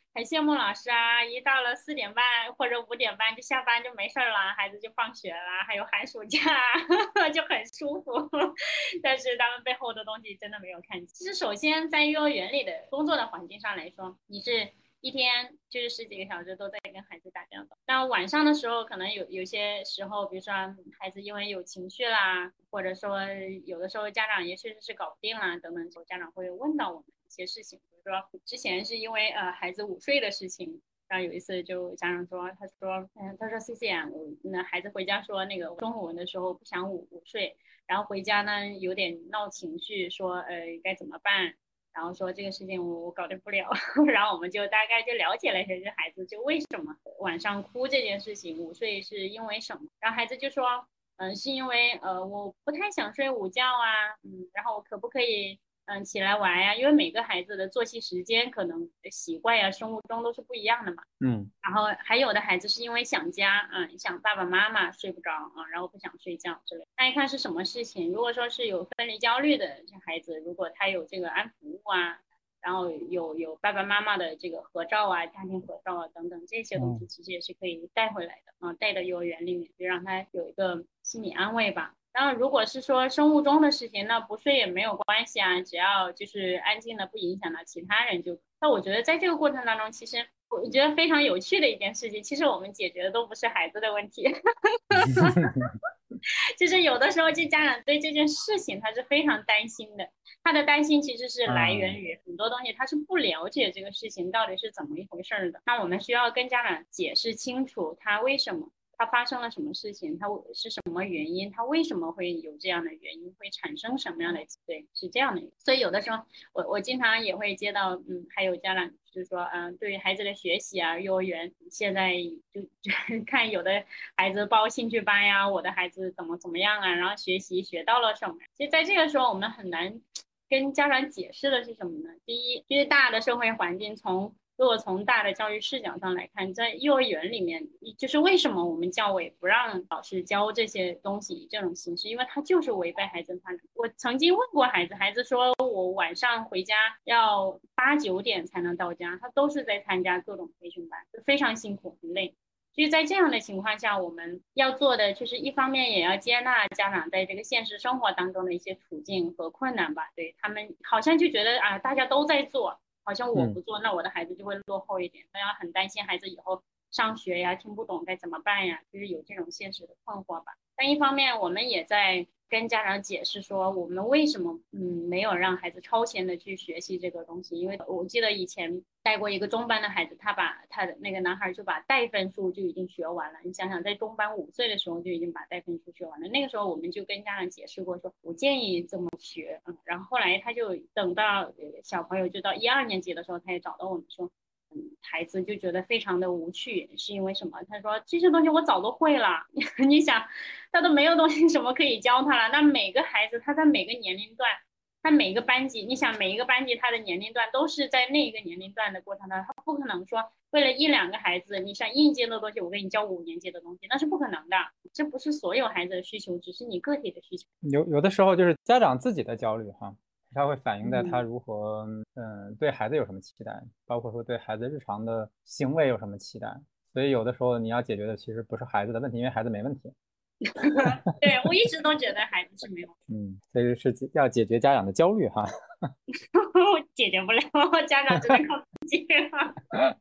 很羡慕老师啊，一到了四点半或者五点半就下班就没事儿了，孩子就放学了，还有寒暑假就很舒服。但是他们背后的东西真的没有看见。其实首先在幼儿园里的工作的环境上来说，你是一天就是十几个小时都在跟孩子打交道。那晚上的时候，可能有有些时候，比如说孩子因为有情绪啦，或者说有的时候家长也确实是搞不定啦，等等，家长会问到我们一些事情，比如说之前是因为呃孩子午睡的事情。然后有一次就家长说，他说，嗯，他说 C C 啊，我那孩子回家说那个中午的时候不想午午睡，然后回家呢有点闹情绪，说呃该怎么办，然后说这个事情我我搞定不了，然后我们就大概就了解了一下这孩子就为什么晚上哭这件事情，午睡是因为什么，然后孩子就说，嗯，是因为呃我不太想睡午觉啊，嗯，然后我可不可以嗯起来玩呀？因为每个孩子的作息时间可能习惯呀、生物钟都是不一样的嘛。
嗯
然后还有的孩子是因为想家，嗯，想爸爸妈妈睡不着啊，然后不想睡觉之类。那一看是什么事情？如果说是有分离焦虑的这孩子，如果他有这个安抚物啊，然后有有爸爸妈妈的这个合照啊、家庭合照啊等等这些东西，
嗯
其实也是可以带回来的啊，带到幼儿园里面，就让他有一个心理安慰吧。然后如果是说生物钟的事情，那不睡也没有关系啊，只要就是安静的不影响到其他人就。那我觉得在这个过程当中，其实我觉得非常有趣的一件事情，其实我们解决的都不是孩子的问题，就是有的时候，就家长对这件事情他是非常担心的，他的担心其实是来源
嗯
于很多东西，他是不了解这个事情到底是怎么一回事的。那我们需要跟家长解释清楚，他为什么。他发生了什么事情？他是什么原因？他为什么会有这样的原因？会产生什么样的？对，是这样的。所以有的时候，我我经常也会接到，嗯，还有家长就是说，嗯，对于孩子的学习啊，幼儿园现在就就看有的孩子报兴趣班呀，我的孩子怎么怎么样啊，然后学习学到了什么？其实在这个时候，我们很难跟家长解释的是什么呢？第一，就是大的社会环境从如果从大的教育视角上来看，在幼儿园里面，就是为什么我们教委不让老师教这些东西以这种形式？因为它就是违背孩子发展。我曾经问过孩子，孩子说我晚上回家要八九点才能到家，他都是在参加各种培训班，就非常辛苦很累。所以在这样的情况下，我们要做的就是一方面也要接纳家长在这个现实生活当中的一些处境和困难吧。对他们好像就觉得啊，大家都在做。好像我不
嗯
做，那我的孩子就会落后一点，大家很担心孩子以后上学呀听不懂该怎么办呀，就是有这种现实的困惑吧。但一方面，我们也在跟家长解释说，我们为什么嗯没有让孩子超前的去学习这个东西，因为我记得以前带过一个中班的孩子，他把他的那个男孩就把带分数就已经学完了。你想想，在中班五岁的时候就已经把带分数学完了，那个时候我们就跟家长解释过说，我建议这么学，嗯，然后后来他就等到小朋友就到一二年级的时候，他也找到我们说。嗯，孩子就觉得非常的无趣，是因为什么？他说这些东西我早都会了。你想，他都没有东西什么可以教他了。那每个孩子他在每个年龄段，他每个班级，你想每一个班级他的年龄段都是在那一个年龄段的过程当中，他不可能说为了一两个孩子，你想应届的东西我给你教五年级的东西，那是不可能的。这不是所有孩子的需求，只是你个体的需求。
有有的时候就是家长自己的焦虑哈，他会反映在他
嗯，
如何嗯对孩子有什么期待，包括说对孩子日常的行为有什么期待。所以有的时候你要解决的其实不是孩子的问题，因为孩子没问题。
对，我一直都觉得孩子是没有
嗯，所以是要解决家长的焦虑哈。
解决不了，家长只能靠自己了。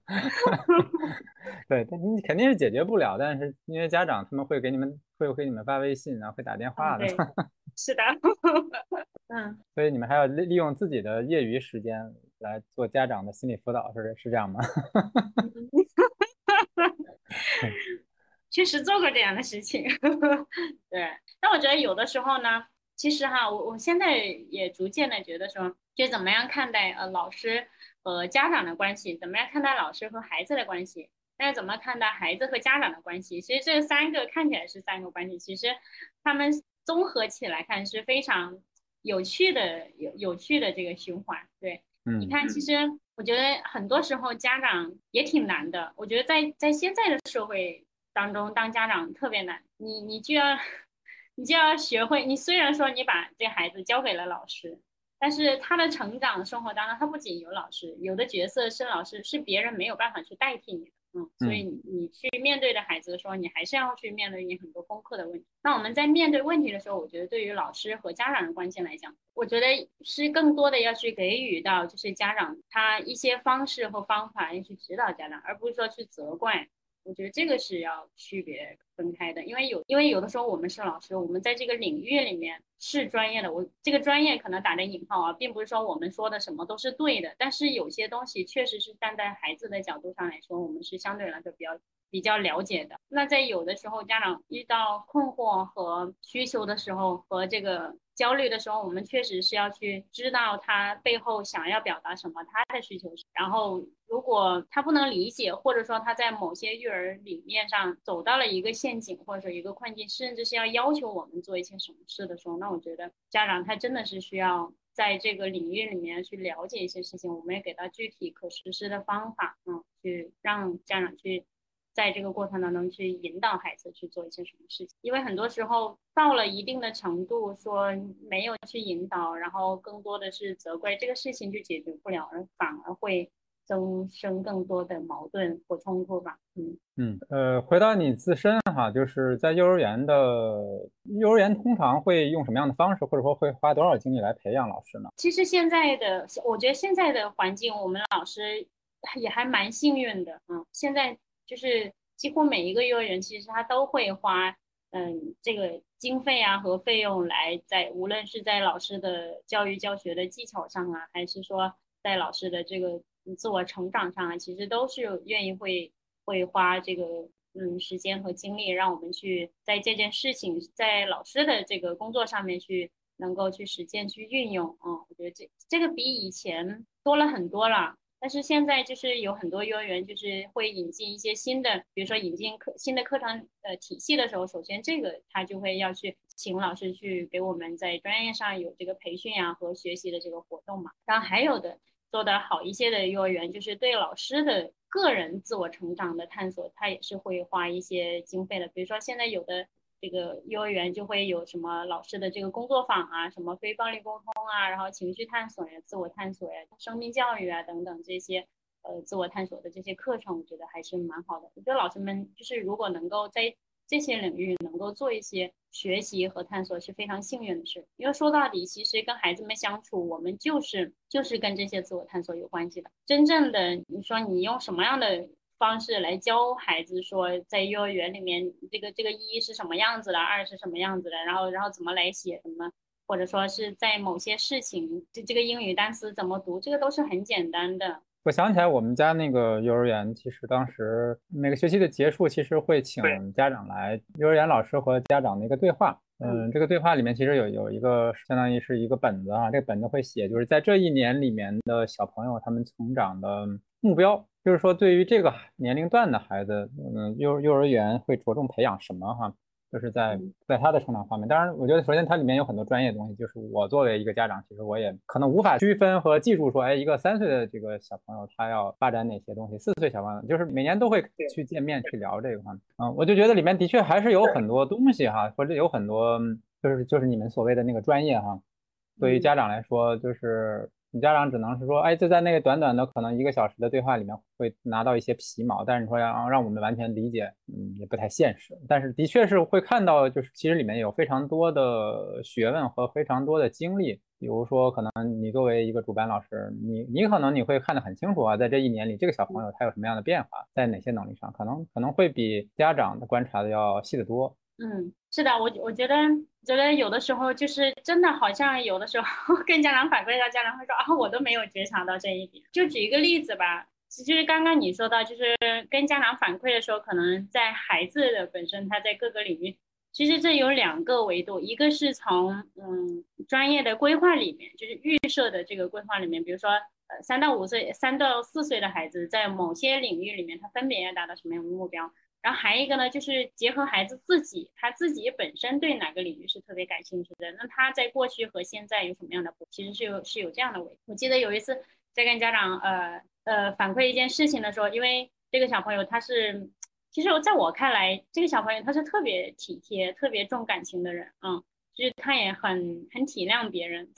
对，但你肯定是解决不了，但是因为家长他们会给你们会给你们发微信，然后会打电
嗯，
话的，
对，是的。嗯。
所以你们还要利利用自己的业余时间来做家长的心理辅导，是是这样吗？
确实做过这样的事情。对，但我觉得有的时候呢，其实哈，我我现在也逐渐的觉得说，就怎么样看待呃老师和家长的关系，怎么样看待老师和孩子的关系，那怎么看待孩子和家长的关系？其实这三个看起来是三个关系，其实他们综合起来看是非常有趣的，有有趣的这个循环。对，你
嗯
看，其实我觉得很多时候家长也挺难的。我觉得在在现在的社会当中，当家长特别难。你你就要你就要学会，你虽然说你把这孩子交给了老师， 但是他的成长生活当中，他不仅有老师，有的角色是老师，是别人没有办法去代替你的。嗯，所以
嗯
你去面对的孩子的时候，你还是要去面对你很多功课的问题。那我们在面对问题的时候，我觉得对于老师和家长的关系来讲，我觉得是更多的要去给予到就是家长他一些方式和方法要去指导家长，而不是说去责怪。我觉得这个是要区别分开的，因为有因为有的时候我们是老师，我们在这个领域里面是专业的，我这个专业可能打着引号啊，并不是说我们说的什么都是对的，但是有些东西确实是站在孩子的角度上来说，我们是相对来说比较比较了解的。那在有的时候家长遇到困惑和需求的时候，和这个焦虑的时候，我们确实是要去知道他背后想要表达什么，他的需求是。然后，如果他不能理解，或者说他在某些育儿理念上走到了一个陷阱，或者说一个困境，甚至是要要求我们做一些什么事的时候，那我觉得家长他真的是需要在这个领域里面去了解一些事情，我们也给他具体可实施的方法，嗯，去让家长去在这个过程当中去引导孩子去做一些什么事情，因为很多时候到了一定的程度，说没有去引导，然后更多的是责怪，这个事情就解决不了，而反而会增生更多的矛盾或冲突吧。嗯
嗯，呃，回到你自身哈，就是在幼儿园的幼儿园通常会用什么样的方式，或者说会花多少精力来培养老师呢？
其实现在的，我觉得现在的环境，我们老师也还蛮幸运的，嗯，现在就是几乎每一个幼儿园，其实他都会花，嗯，这个经费啊和费用来在，无论是在老师的教育教学的技巧上啊，还是说在老师的这个自我成长上啊，其实都是有愿意会会花这个嗯时间和精力，让我们去在这件事情，在老师的这个工作上面去能够去实践去运用。嗯，我觉得这这个比以前多了很多了。但是现在就是有很多幼儿园就是会引进一些新的，比如说引进课新的课程呃体系的时候，首先这个他就会要去请老师去给我们在专业上有这个培训啊和学习的这个活动嘛。然后还有的做得好一些的幼儿园，就是对老师的个人自我成长的探索，他也是会花一些经费的。比如说现在有的这个幼儿园就会有什么老师的这个工作坊啊，什么非暴力沟通啊，然后情绪探索呀、自我探索呀、生命教育啊等等这些呃自我探索的这些课程，我觉得还是蛮好的。我觉得老师们就是如果能够在这些领域能够做一些学习和探索是非常幸运的事，因为说到底，其实跟孩子们相处，我们就是就是跟这些自我探索有关系的。真正的，你说你用什么样的方式来教孩子说，在幼儿园里面，这个这个一是什么样子的，二是什么样子的，然后然后怎么来写什么，或者说是在某些事情，这这个英语单词怎么读，这个都是很简单的。
我想起来，我们家那个幼儿园，其实当时每个学期的结束，其实会请家长来，幼儿园老师和家长的一个对话。
嗯
嗯，这个对话里面其实有有一个相当于是一个本子啊，这个本子会写，就是在这一年里面的小朋友他们成长的目标，就是说对于这个年龄段的孩子，嗯，幼幼儿园会着重培养什么哈？就是在
嗯
在他的成长方面。当然，我觉得首先它里面有很多专业的东西，就是我作为一个家长，其实我也可能无法区分和记住说，哎，一个三岁的这个小朋友他要发展哪些东西，四岁小朋友就是每年都会去见面去聊这个方面。嗯，我就觉得里面的确还是有很多东西哈，或者有很多就是就是你们所谓的那个专业哈，对于
嗯。
家长来说，就是你家长只能是说，哎，就在那个短短的可能一个小时的对话里面会拿到一些皮毛，但是你说让让我们完全理解，嗯，也不太现实。但是的确是会看到，就是其实里面有非常多的学问和非常多的经历。比如说，可能你作为一个主班老师，你你可能你会看得很清楚啊，在这一年里，这个小朋友他有什么样的变化，在哪些能力上，可能可能会比家长的观察的要细得多。
嗯，是的，我我觉得觉得有的时候就是真的好像有的时候跟家长反馈到家长会说啊，我都没有觉察到这一点。就举一个例子吧，就是刚刚你说到，就是跟家长反馈的时候，可能在孩子的本身他在各个领域，其实这有两个维度，一个是从嗯专业的规划里面，就是预设的这个规划里面，比如说呃三到五岁、三到四岁的孩子在某些领域里面，他分别要达到什么样的目标。然后还有一个呢，就是结合孩子自己，他自己本身对哪个领域是特别感兴趣的，那他在过去和现在有什么样的不，其实是有是有这样的维度。我记得有一次在跟家长呃呃反馈一件事情的时候，因为这个小朋友他是，其实在我看来，这个小朋友他是特别体贴、特别重感情的人，嗯，就是他也很很体谅别人，在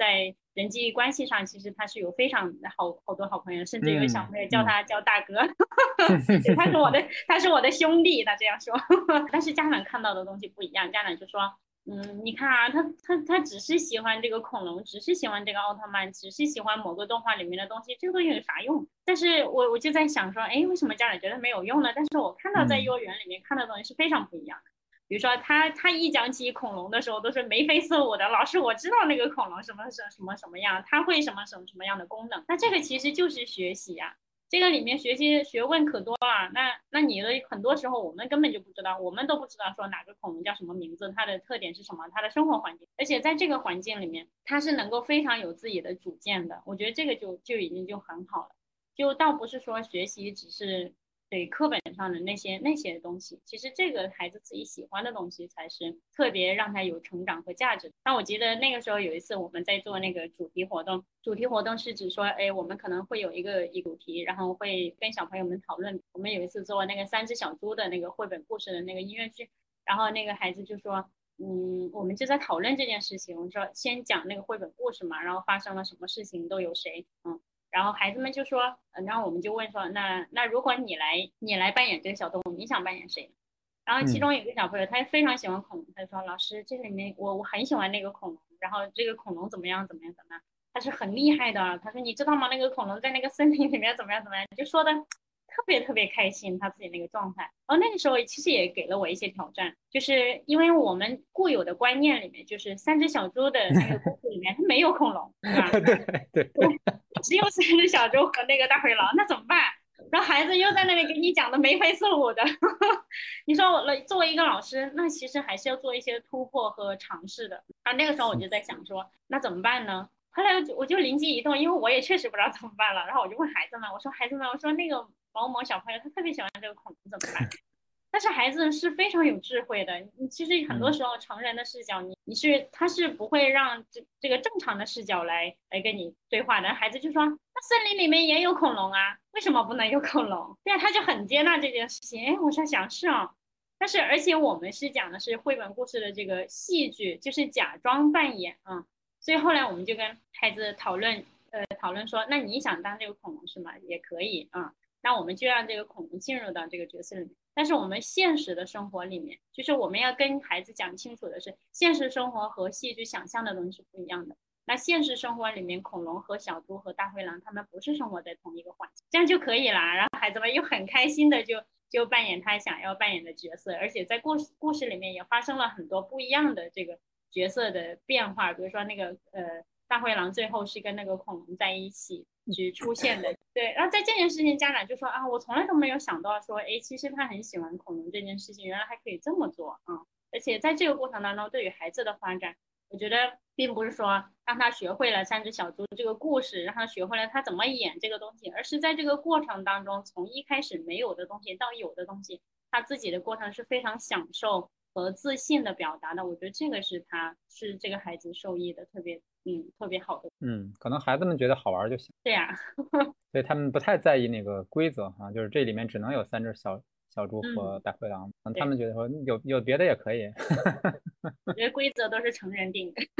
人际关系上，其实他是有非常好好多好朋友，甚至有小
嗯
朋友叫
嗯
他叫大哥，对，他是我的他是我的兄弟，他这样说。但是家长看到的东西不一样，家长就说。嗯，你看啊，他他他只是喜欢这个恐龙，只是喜欢这个奥特曼，只是喜欢某个动画里面的东西，这个东西有啥用？但是我我就在想说，哎，为什么家长觉得没有用呢？但是我看到在幼
嗯
儿园里面看的东西是非常不一样的。比如说他他一讲起恐龙的时候都是眉飞色舞的，老师我知道那个恐龙什么什什么什么样，它会什么什么什么样的功能，那这个其实就是学习呀、啊这个里面学习学问可多了，那那你的很多时候我们根本就不知道，我们都不知道说哪个恐龙叫什么名字，它的特点是什么，它的生活环境，而且在这个环境里面，它是能够非常有自己的主见的，我觉得这个就就已经就很好了，就倒不是说学习只是对课本上的那些那些东西，其实这个孩子自己喜欢的东西才是特别让他有成长和价值。那我记得那个时候有一次我们在做那个主题活动，主题活动是指说，哎，我们可能会有一个一个主题，然后会跟小朋友们讨论。我们有一次做那个三只小猪的那个绘本故事的那个音乐剧，然后那个孩子就说。嗯，我们就在讨论这件事情。我说先讲那个绘本故事嘛，然后发生了什么事情，都有谁，嗯，然后孩子们就说，呃然后我们就问说，那那如果你来你来扮演这个小动物，你想扮演谁？然后其
嗯
中有一个小朋友，他非常喜欢恐龙，他说老师，这里面我我很喜欢那个恐龙，然后这个恐龙怎么样怎么样怎么样，他是很厉害的。他说你知道吗？那个恐龙在那个森林里面怎么样怎么样，就说的特别特别开心，他自己那个状态。然后那个时候其实也给了我一些挑战，就是因为我们固有的观念里面，就是三只小猪的那个故事里面它没有恐龙，对吧？
对对对，
只有三只小猪和那个大灰狼，那怎么办？然后孩子又在那里给你讲的眉飞色舞的，你说我作为一个老师，那其实还是要做一些突破和尝试的。然后那个时候我就在想说，那怎么办呢？后来我就灵机一动，因为我也确实不知道怎么办了。然后我就问孩子们，我说孩子们，我说那个某某小朋友他特别喜欢这个恐龙怎么办？但是孩子是非常有智慧的，你其实很多
嗯
时候成人的视角，你你是他是不会让这这个正常的视角来来跟你对话的。孩子就说，那森林里面也有恐龙啊，为什么不能有恐龙？对啊，他就很接纳这件事情。哎，我在想是啊，但是而且我们是讲的是绘本故事的这个戏剧，就是假装扮演啊，所以后来我们就跟孩子讨论，呃，讨论说，那你想当这个恐龙是吗？也可以啊。那我们就让这个恐龙进入到这个角色里面。但是我们现实的生活里面，就是我们要跟孩子讲清楚的是，现实生活和戏剧想象的东西是不一样的。那现实生活里面，恐龙和小猪和大灰狼，他们不是生活在同一个环境，这样就可以啦。然后孩子们又很开心的就就扮演他想要扮演的角色，而且在故事故事里面也发生了很多不一样的这个角色的变化，比如说那个呃大灰狼最后是跟那个恐龙在一起去出现的。对，然后在这件事情，家长就说啊，我从来都没有想到说，哎，其实他很喜欢恐龙这件事情，原来还可以这么做啊！而且在这个过程当中，对于孩子的发展，我觉得并不是说让他学会了三只小猪这个故事，让他学会了他怎么演这个东西，而是在这个过程当中，从一开始没有的东西到有的东西，他自己的过程是非常享受和自信的表达的。我觉得这个是他是这个孩子受益的特别嗯特别好的。
嗯，可能孩子们觉得好玩就行，
对呀、
所以他们不太在意那个规则哈、就是这里面只能有三只小小猪和
嗯，
大灰狼，嗯他
对，
们觉得说有有别的也可以。
我觉得规则都是成人定的。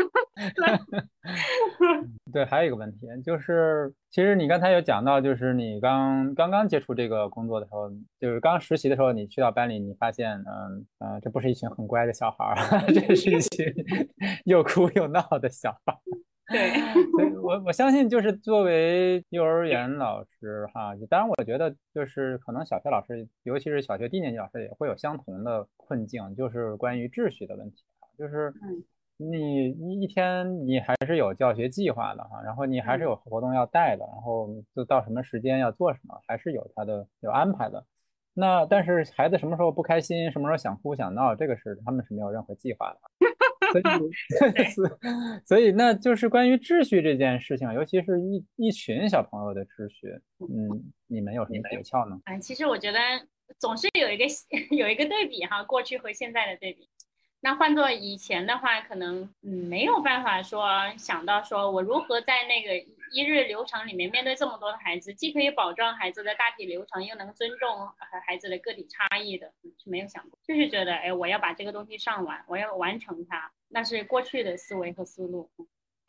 对，还有一个问题就是，其实你刚才有讲到，就是你刚刚刚接触这个工作的时候，就是刚实习的时候，你去到班里，你发现，嗯呃，这不是一群很乖的小孩儿，这是一群又哭又闹的小孩儿。
对，
所以我我相信，就是作为幼儿园老师哈，当然我觉得就是可能小学老师，尤其是小学低年级老师也会有相同的困境，就是关于秩序的问题啊，就是
嗯
你一一天你还是有教学计划的哈，然后你还是
嗯
有活动要带的，然后就到什么时间要做什么，还是有他的有安排的。那但是孩子什么时候不开心，什么时候想哭想闹，这个是他们是没有任何计划的。所以，
对，
所以那就是关于秩序这件事情，尤其是一一群小朋友的秩序，嗯，你们有什么诀窍呢？
嗯，其实我觉得总是有一个有一个对比哈，过去和现在的对比。那换做以前的话，可能嗯没有办法说想到说我如何在那个一日流程里面面对这么多的孩子，既可以保证孩子的大体流程，又能尊重孩子的个体差异的，是没有想过，就是觉得哎，我要把这个东西上完，我要完成它，那是过去的思维和思路。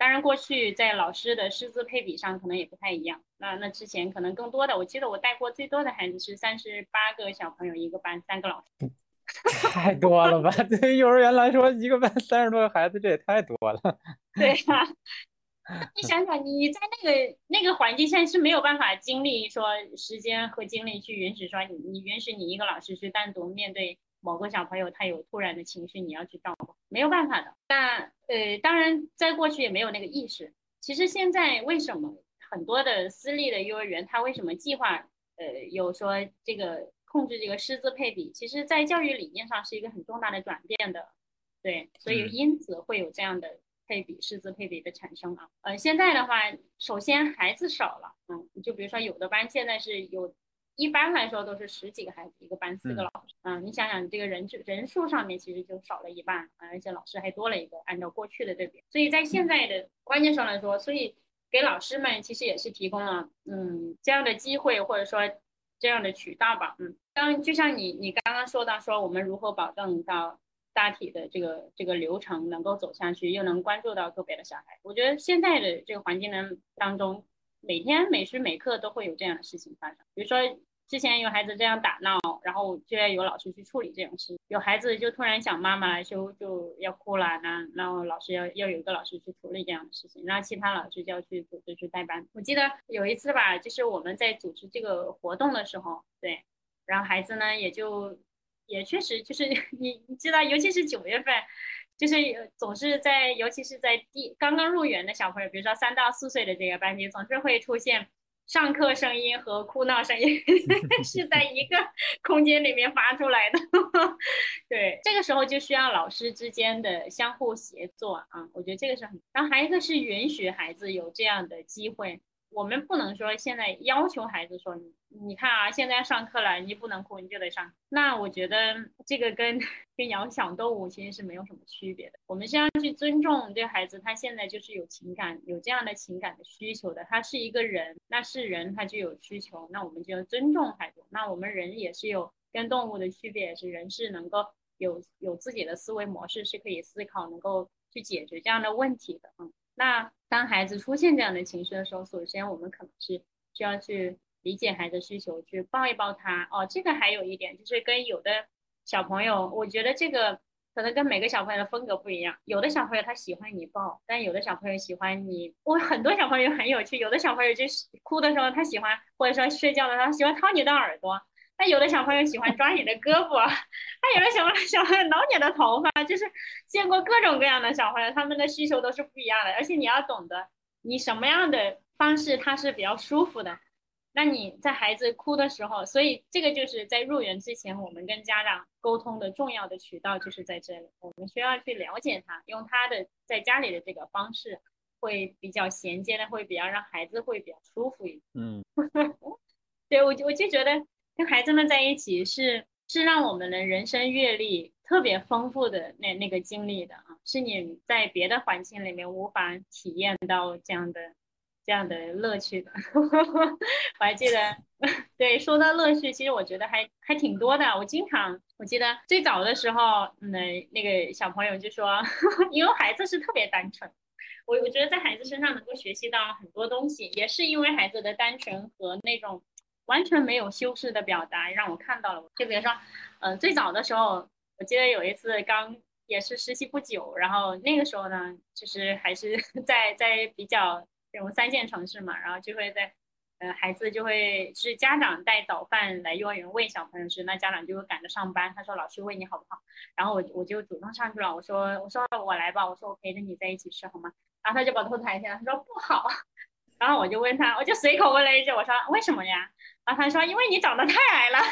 当然过去在老师的师资配比上可能也不太一样，那那之前可能更多的，我记得我带过最多的孩子是三十八个小朋友一个班，三个老师。
太多了吧？对于幼儿园来说，一个班三十多个孩子，这也太多了。
对呀、你想想，你在那个那个环境下是没有办法经历说时间和精力去允许说你你允许你一个老师去单独面对某个小朋友，他有突然的情绪，你要去照顾，没有办法的。那呃，当然在过去也没有那个意识。其实现在为什么很多的私立的幼儿园，它为什么计划呃有说这个控制这个师资配比，其实在教育理念上是一个很重大的转变的。对，所以
嗯
因此会有这样的配比师资配比的产生啊。呃，现在的话，首先孩子少了，嗯，就比如说有的班现在是有，一般来说都是十几个孩子一个班，四个
嗯
老师，嗯，你想想这个人人数上面其实就少了一半，而且老师还多了一个，按照过去的对比，所以在现在的观念上来说，所以给老师们其实也是提供了嗯这样的机会或者说这样的渠道吧，嗯，当然就像你你刚刚说到说我们如何保证到大体的这个这个流程能够走下去，又能关注到个别的小孩。我觉得现在的这个环境呢当中，每天每时每刻都会有这样的事情发生。比如说之前有孩子这样打闹，然后就要有老师去处理这种事；有孩子就突然想妈妈来就就要哭了，那然后老师要要有一个老师去处理这样的事情，然后其他老师就要去组织去代班。我记得有一次吧，就是我们在组织这个活动的时候，对，然后孩子呢也就也确实就是你你知道，尤其是九月份，就是总是在，尤其是在第刚刚入园的小朋友，比如说三到四岁的这个班级，总是会出现上课声音和哭闹声音是在一个空间里面发出来的。对，这个时候就需要老师之间的相互协作啊，我觉得这个是很。然后还有一个是允许孩子有这样的机会，我们不能说现在要求孩子说你你看啊，现在要上课了，你不能哭，你就得上。那我觉得这个跟跟养小动物其实是没有什么区别的。我们是要去尊重这个孩子，他现在就是有情感，有这样的情感的需求的。他是一个人，那是人，他就有需求，那我们就要尊重孩子。那我们人也是有跟动物的区别，也是人是能够有有自己的思维模式，是可以思考，能够去解决这样的问题的。嗯。那当孩子出现这样的情绪的时候，首先我们可能是需要去理解孩子需求，去抱一抱他。哦，这个还有一点就是跟有的小朋友，我觉得这个可能跟每个小朋友的风格不一样。有的小朋友他喜欢你抱，但有的小朋友喜欢你。我很多小朋友很有趣，有的小朋友就是哭的时候他喜欢，或者说睡觉的时候他喜欢掏你的耳朵。但有的小朋友喜欢抓你的胳膊，他有的小朋友小朋友挠你的头发，就是见过各种各样的小朋友，他们的需求都是不一样的，而且你要懂得你什么样的方式他是比较舒服的。那你在孩子哭的时候，所以这个就是在入园之前，我们跟家长沟通的重要的渠道就是在这里，我们需要去了解他，用他的在家里的这个方式，会比较衔接的，会比较让孩子会比较舒服一点。
嗯
对，我我就觉得跟孩子们在一起是是让我们的人生阅历特别丰富的那那个经历的啊，是你在别的环境里面无法体验到这样的这样的乐趣的。我还记得，对，说到乐趣，其实我觉得还还挺多的。我经常，我记得最早的时候，嗯，那个小朋友就说，因为孩子是特别单纯。我我觉得在孩子身上能够学习到很多东西，也是因为孩子的单纯和那种完全没有修饰的表达，让我看到了。就比如说，嗯、呃，最早的时候，我记得有一次刚也是实习不久，然后那个时候呢，就是还是在在比较这种三线城市嘛，然后就会在。呃，孩子就会是家长带早饭来幼儿园喂小朋友吃，那家长就会赶着上班。他说：“老师喂你好不好？”然后我我就主动上去了，我说：“我说我来吧，我说我陪着你在一起吃好吗？”然后他就把头抬起来，他说不好。然后我就问他，我就随口问了一句，我说为什么呀？然后他说因为你长得太矮了。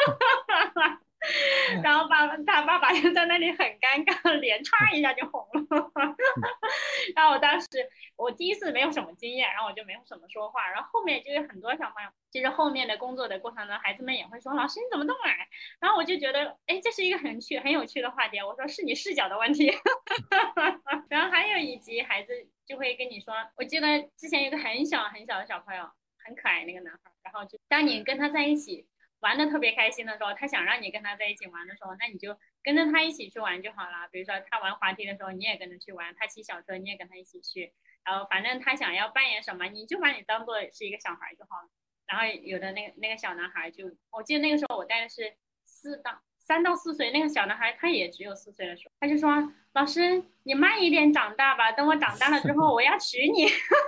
然后爸爸他爸爸就在那里很尴尬，脸唰一下就红了。然后我当时我第一次没有什么经验，然后我就没有什么说话。然后后面就有很多小朋友，其实后面的工作的过程中，孩子们也会说老师你怎么这么矮？然后我就觉得哎这是一个很趣很有趣的话题。我说是你视角的问题。然后还有以及孩子就会跟你说，我记得之前有个很小很小的小朋友，很可爱那个男孩，然后就当你跟他在一起玩的特别开心的时候，他想让你跟他在一起玩的时候，那你就跟着他一起去玩就好了。比如说他玩滑梯的时候，你也跟着去玩；他骑小车，你也跟他一起去。 然后反正他想要扮演什么，你就把你当做是一个小孩就好了。然后有的那个那个小男孩就，我记得那个时候我带的是四到三到四岁，那个小男孩他也只有四岁的时候，他就说：“老师，你慢一点长大吧，等我长大了之后我要娶你。”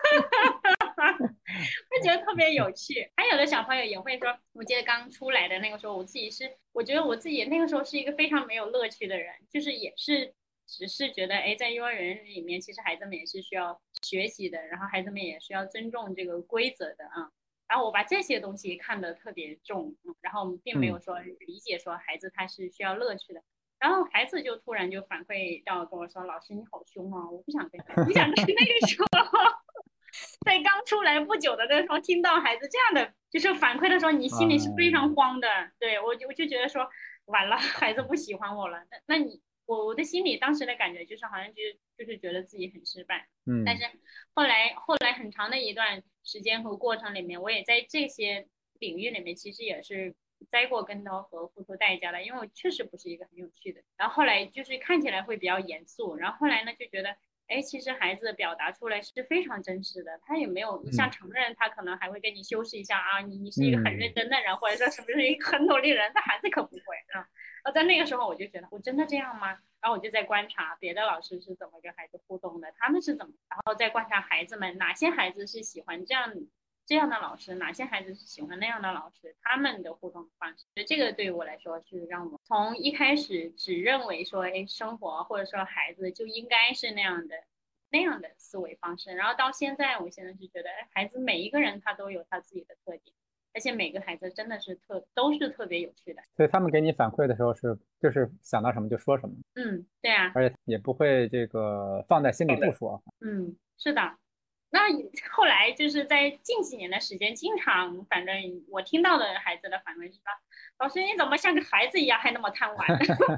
我觉得特别有趣。还有的小朋友也会说，我记得刚出来的那个时候，我自己是，我觉得我自己那个时候是一个非常没有乐趣的人，就是也是只是觉得，哎，在幼儿园里面，其实孩子们也是需要学习的，然后孩子们也是要尊重这个规则的啊。然后我把这些东西看得特别重，嗯、然后并没有说理解说孩子他是需要乐趣的。然后孩子就突然就反馈到跟我说：“老师你好凶啊，我不想跟你。”你想在那个时候，在刚出来不久的那时候，听到孩子这样的就是反馈的时候，你心里是非常慌的。对我就我就觉得说，完了，孩子不喜欢我了。那那你我我的心里当时的感觉就是好像就就是觉得自己很失败。
嗯，
但是后来后来很长的一段时间和过程里面，我也在这些领域里面其实也是栽过跟头和付出代价的，因为我确实不是一个很有趣的。然后后来就是看起来会比较严肃，然后后来呢就觉得。哎，其实孩子表达出来是非常真实的，他也没有像成人，他可能还会跟你修饰一下啊，你你是一个很认真的人，或者说是不是一个很努力的人，但孩子可不会啊。而在那个时候，我就觉得我真的这样吗？然后我就在观察别的老师是怎么跟孩子互动的，他们是怎么，然后再观察孩子们哪些孩子是喜欢这样这样的老师，哪些孩子是喜欢那样的老师，他们的互动方式，这个对于我来说是让我从一开始只认为说，哎，生活或者说孩子就应该是那样的那样的思维方式，然后到现在，我现在是觉得，哎，孩子每一个人他都有他自己的特点，而且每个孩子真的是特都是特别有趣的。
所以他们给你反馈的时候是就是想到什么就说什么，
嗯，对啊，
而且也不会这个放在心里不说。
嗯，是的。那后来就是在近几年的时间，经常反正我听到的孩子的反馈是说，老师你怎么像个孩子一样还那么贪玩？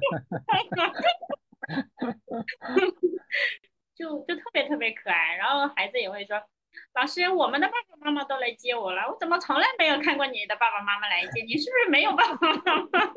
就就特别特别可爱。然后孩子也会说，老师，我们的爸爸妈妈都来接我了，我怎么从来没有看过你的爸爸妈妈来接你？是不是没有爸爸妈妈？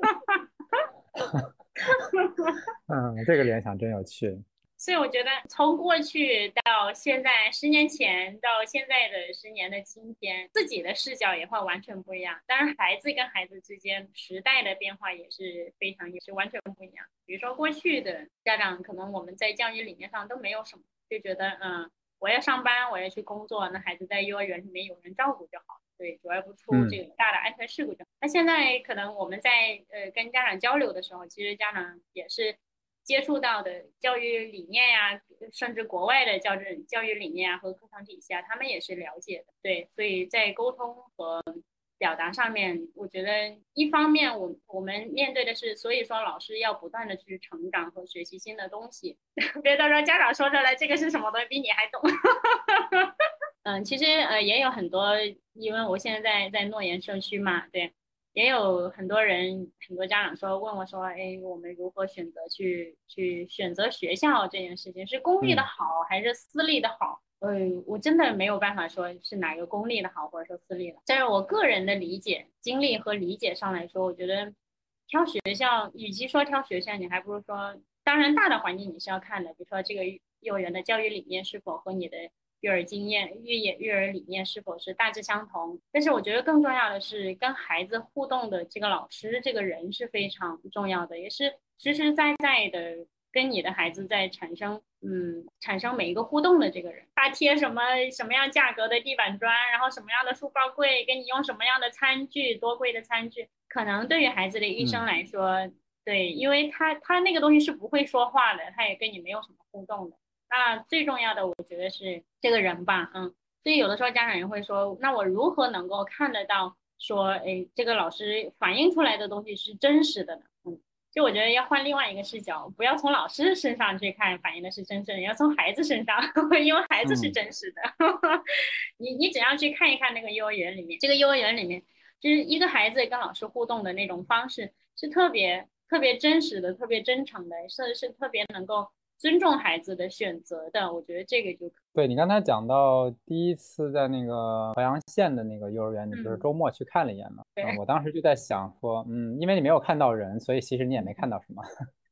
嗯，这个联想真有趣。
所以我觉得从过去到现在，十年前到现在的十年的今天，自己的视角也会完全不一样。当然，孩子跟孩子之间时代的变化也是非常，也是完全不一样。比如说过去的家长，可能我们在教育理念上都没有什么，就觉得嗯，我要上班，我要去工作，那孩子在幼儿园里面有人照顾就好，对，主要不出这个大的安全事故就好。那现在可能我们在呃跟家长交流的时候，其实家长也是。接触到的教育理念呀，甚至国外的教育教育理念啊和课程体系啊，他们也是了解的。对，所以在沟通和表达上面，我觉得一方面我我们面对的是，所以说老师要不断的去成长和学习新的东西，别到时候家长说出来这个是什么东西比你还懂。嗯，其实呃也有很多，因为我现在在在诺言社区嘛，对，也有很多人，很多家长说问我说，哎，我们如何选择去去选择学校这件事情，是公立的好还是私立的好？呃，我真的没有办法说是哪个公立的好，或者说私立的。但是我个人的理解、经历和理解上来说，我觉得挑学校，与其说挑学校，你还不如说，当然大的环境你是要看的，比如说这个幼儿园的教育理念是否和你的育儿经验、育业育儿理念是否是大致相同。但是我觉得更重要的是跟孩子互动的这个老师这个人是非常重要的，也是实实在在的跟你的孩子在产生嗯产生每一个互动的这个人。他贴什么什么样价格的地板砖，然后什么样的书包柜，给你用什么样的餐具，多贵的餐具，可能对于孩子的一生来说，对，因为他他那个东西是不会说话的，他也跟你没有什么互动的。那最重要的，我觉得是这个人吧，嗯，所以有的时候家长也会说，那我如何能够看得到说，哎，这个老师反映出来的东西是真实的呢？嗯，就我觉得要换另外一个视角，不要从老师身上去看反映的是真正的，要从孩子身上，因为孩子是真实的。你你只要去看一看那个幼儿园里面，这个幼儿园里面，就是一个孩子跟老师互动的那种方式，是特别特别真实的，特别真诚的，是是特别能够尊重孩子的选择的，我觉得这个就可以。
对，你刚才讲到第一次在那个辽阳县的那个幼儿园，你不是
嗯，
周末去看了一眼吗？嗯，
对，
我当时就在想说，嗯，因为你没有看到人，所以其实你也没看
嗯
到什么。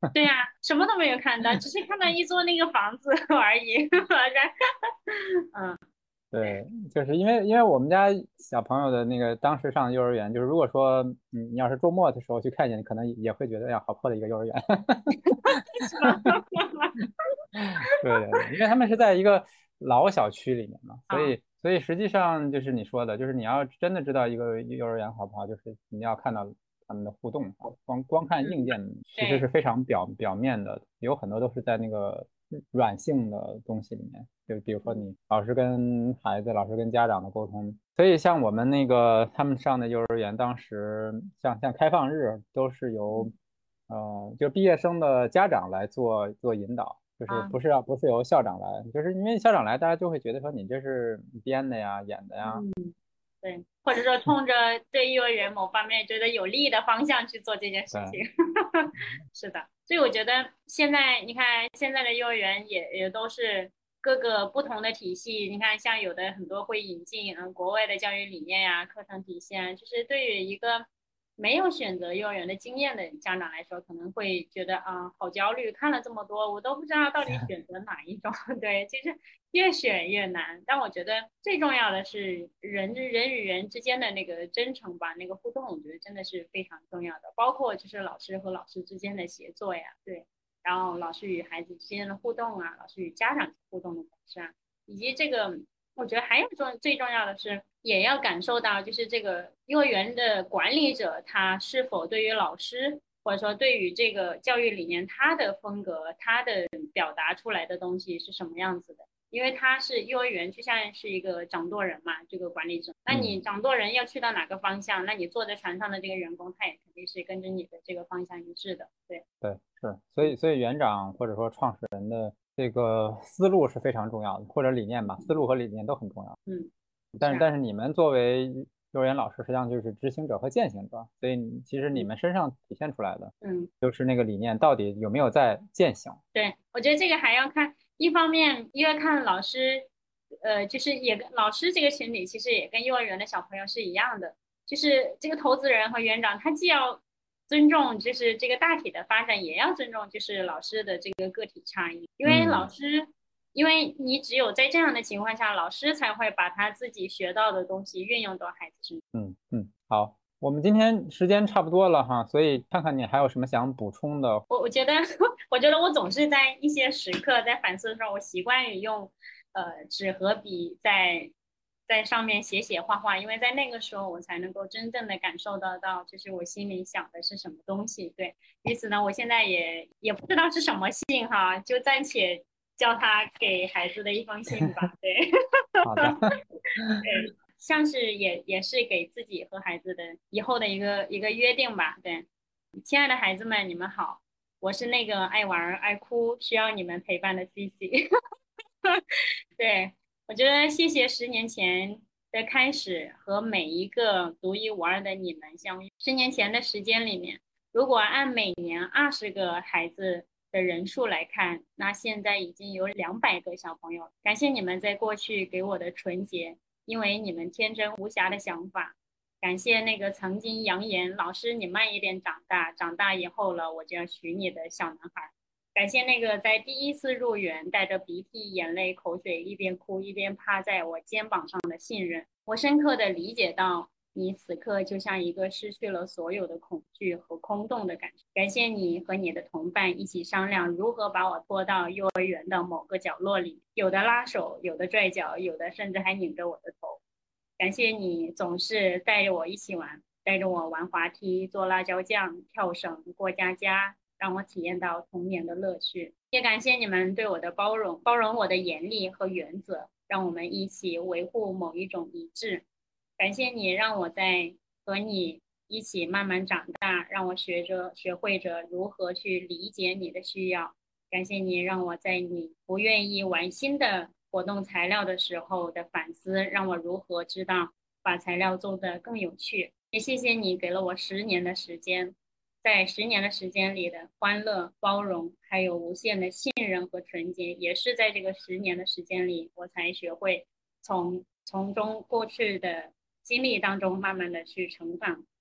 对呀、什么都没有看到，只是看到一座那个房子而已。然嗯，对，
对，就是因为因为我们家小朋友的那个当时上幼儿园，就是如果说嗯你要是周末的时候去看见，可能也会觉得哎呀好破的一个幼儿园。
是吗？
对对对，因为他们是在一个老小区里面嘛，所
啊，
以所以实际上就是你说的，就是你要真的知道一个幼儿园好不好，就是你要看到他们的互动啊，光光看硬
嗯，
件其实是
对，
非常表表面的，有很多都是在那个软性的东西里面，就比如说
嗯
你老师跟孩子、老师跟家长的沟通。所以像我们那个他们上的幼儿园，当时像像开放日都是由呃就毕业生的家长来做做引导。就是
啊，
不是要不是由校长来，就是因为校长来，大家就会觉得说你这是编的呀、演的呀。
嗯，对，或者说冲着对幼儿园某方面觉得有利的方向去做这件事情。
对，
是的，所以我觉得现在你看现在的幼儿园也也都是各个不同的体系。你看，像有的很多会引进嗯国外的教育理念呀、课程体系啊，就是对于一个没有选择幼儿园的经验的家长来说，可能会觉得啊好焦虑，看了这么多，我都不知道到底选择哪一种。对，其实越选越难。但我觉得最重要的是人人与人之间的那个真诚吧，那个互动，我觉得真的是非常重要的。包括就是老师和老师之间的协作呀，对，然后老师与孩子之间的互动啊，老师与家长互动的本身啊，以及这个，我觉得还有重最重要的是，也要感受到就是这个幼儿园的管理者他是否对于老师。或者说对于这个教育理念，他的风格，他的表达出来的东西是什么样子的？因为他是幼儿园，就像是一个掌舵人嘛，这个管理者。那你
嗯，
掌舵人要去到哪个方向，那你坐在船上的这个员工，他也肯定是跟着你的这个方向一致的。对，
对，是，所以所以园长或者说创始人的这个思路是非常重要的，或者理念吧，思路和理念都很重要。
嗯，
但是
是啊，
但是你们作为幼儿园老师，实际上就是执行者和践行者，所以你其实你
嗯
们身上体现出来的
嗯。
就是那个理念到底有没有在践行。
对，我觉得这个还要看，一方面又要看老师，呃，就是也跟老师这个群体其实也跟幼儿园的小朋友是一样的，就是这个投资人和园长，他既要尊重就是这个大体的发展，也要尊重就是老师的这个个体差异，因为老
嗯
师，因为你只有在这样的情况下，老师才会把他自己学到的东西运用到孩子身上。
嗯嗯，好，我们今天时间差不多了哈，所以看看你还有什么想补充的。
我我觉得，我觉得我总是在一些时刻在反思的时候，我习惯于用呃纸和笔在在上面写写画画，因为在那个时候我才能够真正的感受得到，就是我心里想的是什么东西。对，于此呢，我现在也也不知道是什么信哈，就暂且叫他给孩子的一封信吧。对，
好的。
对，像是也也是给自己和孩子的以后的一个一个约定吧。对。亲爱的孩子们，你们好，我是那个爱玩爱哭、需要你们陪伴的 C C。对，我觉得谢谢十年前的开始和每一个独一无二的你们相遇。十年前的时间里面，如果按每年二十个孩子的人数来看，那现在已经有两百个小朋友。感谢你们在过去给我的纯洁，因为你们天真无瑕的想法。感谢那个曾经扬言“老师，你慢一点长大，长大以后了，我就要娶你”的小男孩。感谢那个在第一次入园带着鼻涕、眼泪、口水，一边哭一边趴在我肩膀上的信任。我深刻的理解到，你此刻就像一个失去了所有的恐惧和空洞的感觉。感谢你和你的同伴一起商量如何把我拖到幼儿园的某个角落里，有的拉手，有的拽脚，有的甚至还拧着我的头。感谢你总是带着我一起玩，带着我玩滑梯、做辣椒酱、跳绳、过家家，让我体验到童年的乐趣。也感谢你们对我的包容，包容我的严厉和原则，让我们一起维护某一种一致。感谢你让我在和你一起慢慢长大，让我学着学会着如何去理解你的需要。感谢你让我在你不愿意玩新的活动材料的时候的反思，让我如何知道把材料做得更有趣。也谢谢你给了我十年的时间，在十年的时间里的欢乐、包容，还有无限的信任和纯洁，也是在这个十年的时间里，我才学会从从中过去的经历当中慢慢的去成长。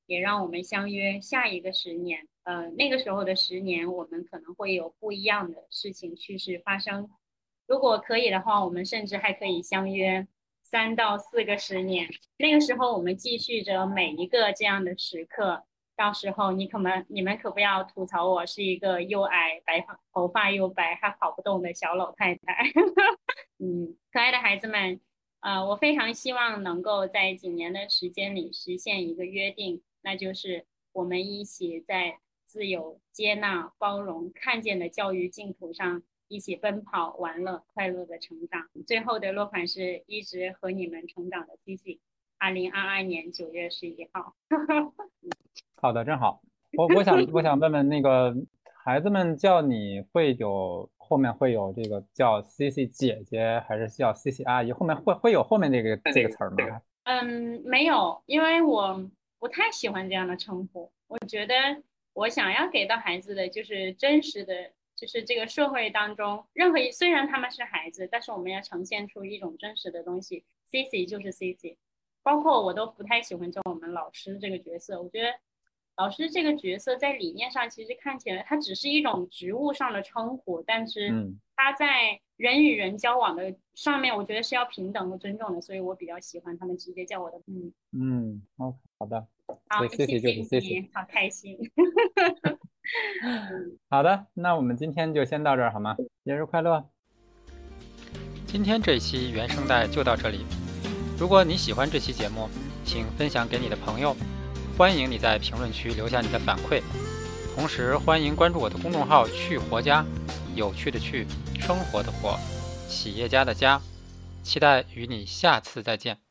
也让我们相约下一个十年。呃，那个时候的十年，我们可能会有不一样的事情趋势发生。如果可以的话，我们甚至还可以相约三到四个十年。那个时候，我们继续着每一个这样的时刻。到时候你可们你们可不要吐槽我是一个又矮、白发头发又白还跑不动的小老太太。嗯，可爱的孩子们，呃，我非常希望能够在几年的时间里实现一个约定，那就是我们一起在自由、接纳、包容、看见的教育净土上一起奔跑、玩乐、快乐的成长。最后的落款是一直和你们成长的 C C， 二零二二年九月十一号。
好的，真好。我我想我想问问那个孩子们叫你会有后面会有这个叫 C C 姐姐还是叫 C C 阿姨？后面会会有后面这个这个词儿吗？
嗯，没有，因为我不太喜欢这样的称呼。我觉得我想要给到孩子的就是真实的，就是这个社会当中，任何一虽然他们是孩子，但是我们要呈现出一种真实的东西。C C 就是 C C， 包括我都不太喜欢叫我们老师这个角色。我觉得老师这个角色在理念上其实看起来它只是一种职务上的称呼，但是
嗯
他在人与人交往的上面，我觉得是要平等和尊重的，所以我比较喜欢他们直接叫我的嗯。
嗯，OK，好的，所
好，
以 C C
谢谢
就是 C C。
你，好开心。
好的，那我们今天就先到这儿好吗？节日快乐！今天这期原声带就到这里。如果你喜欢这期节目，请分享给你的朋友。欢迎你在评论区留下你的反馈，同时欢迎关注我的公众号去活家，有趣的去，生活的活，企业家的家，期待与你下次再见。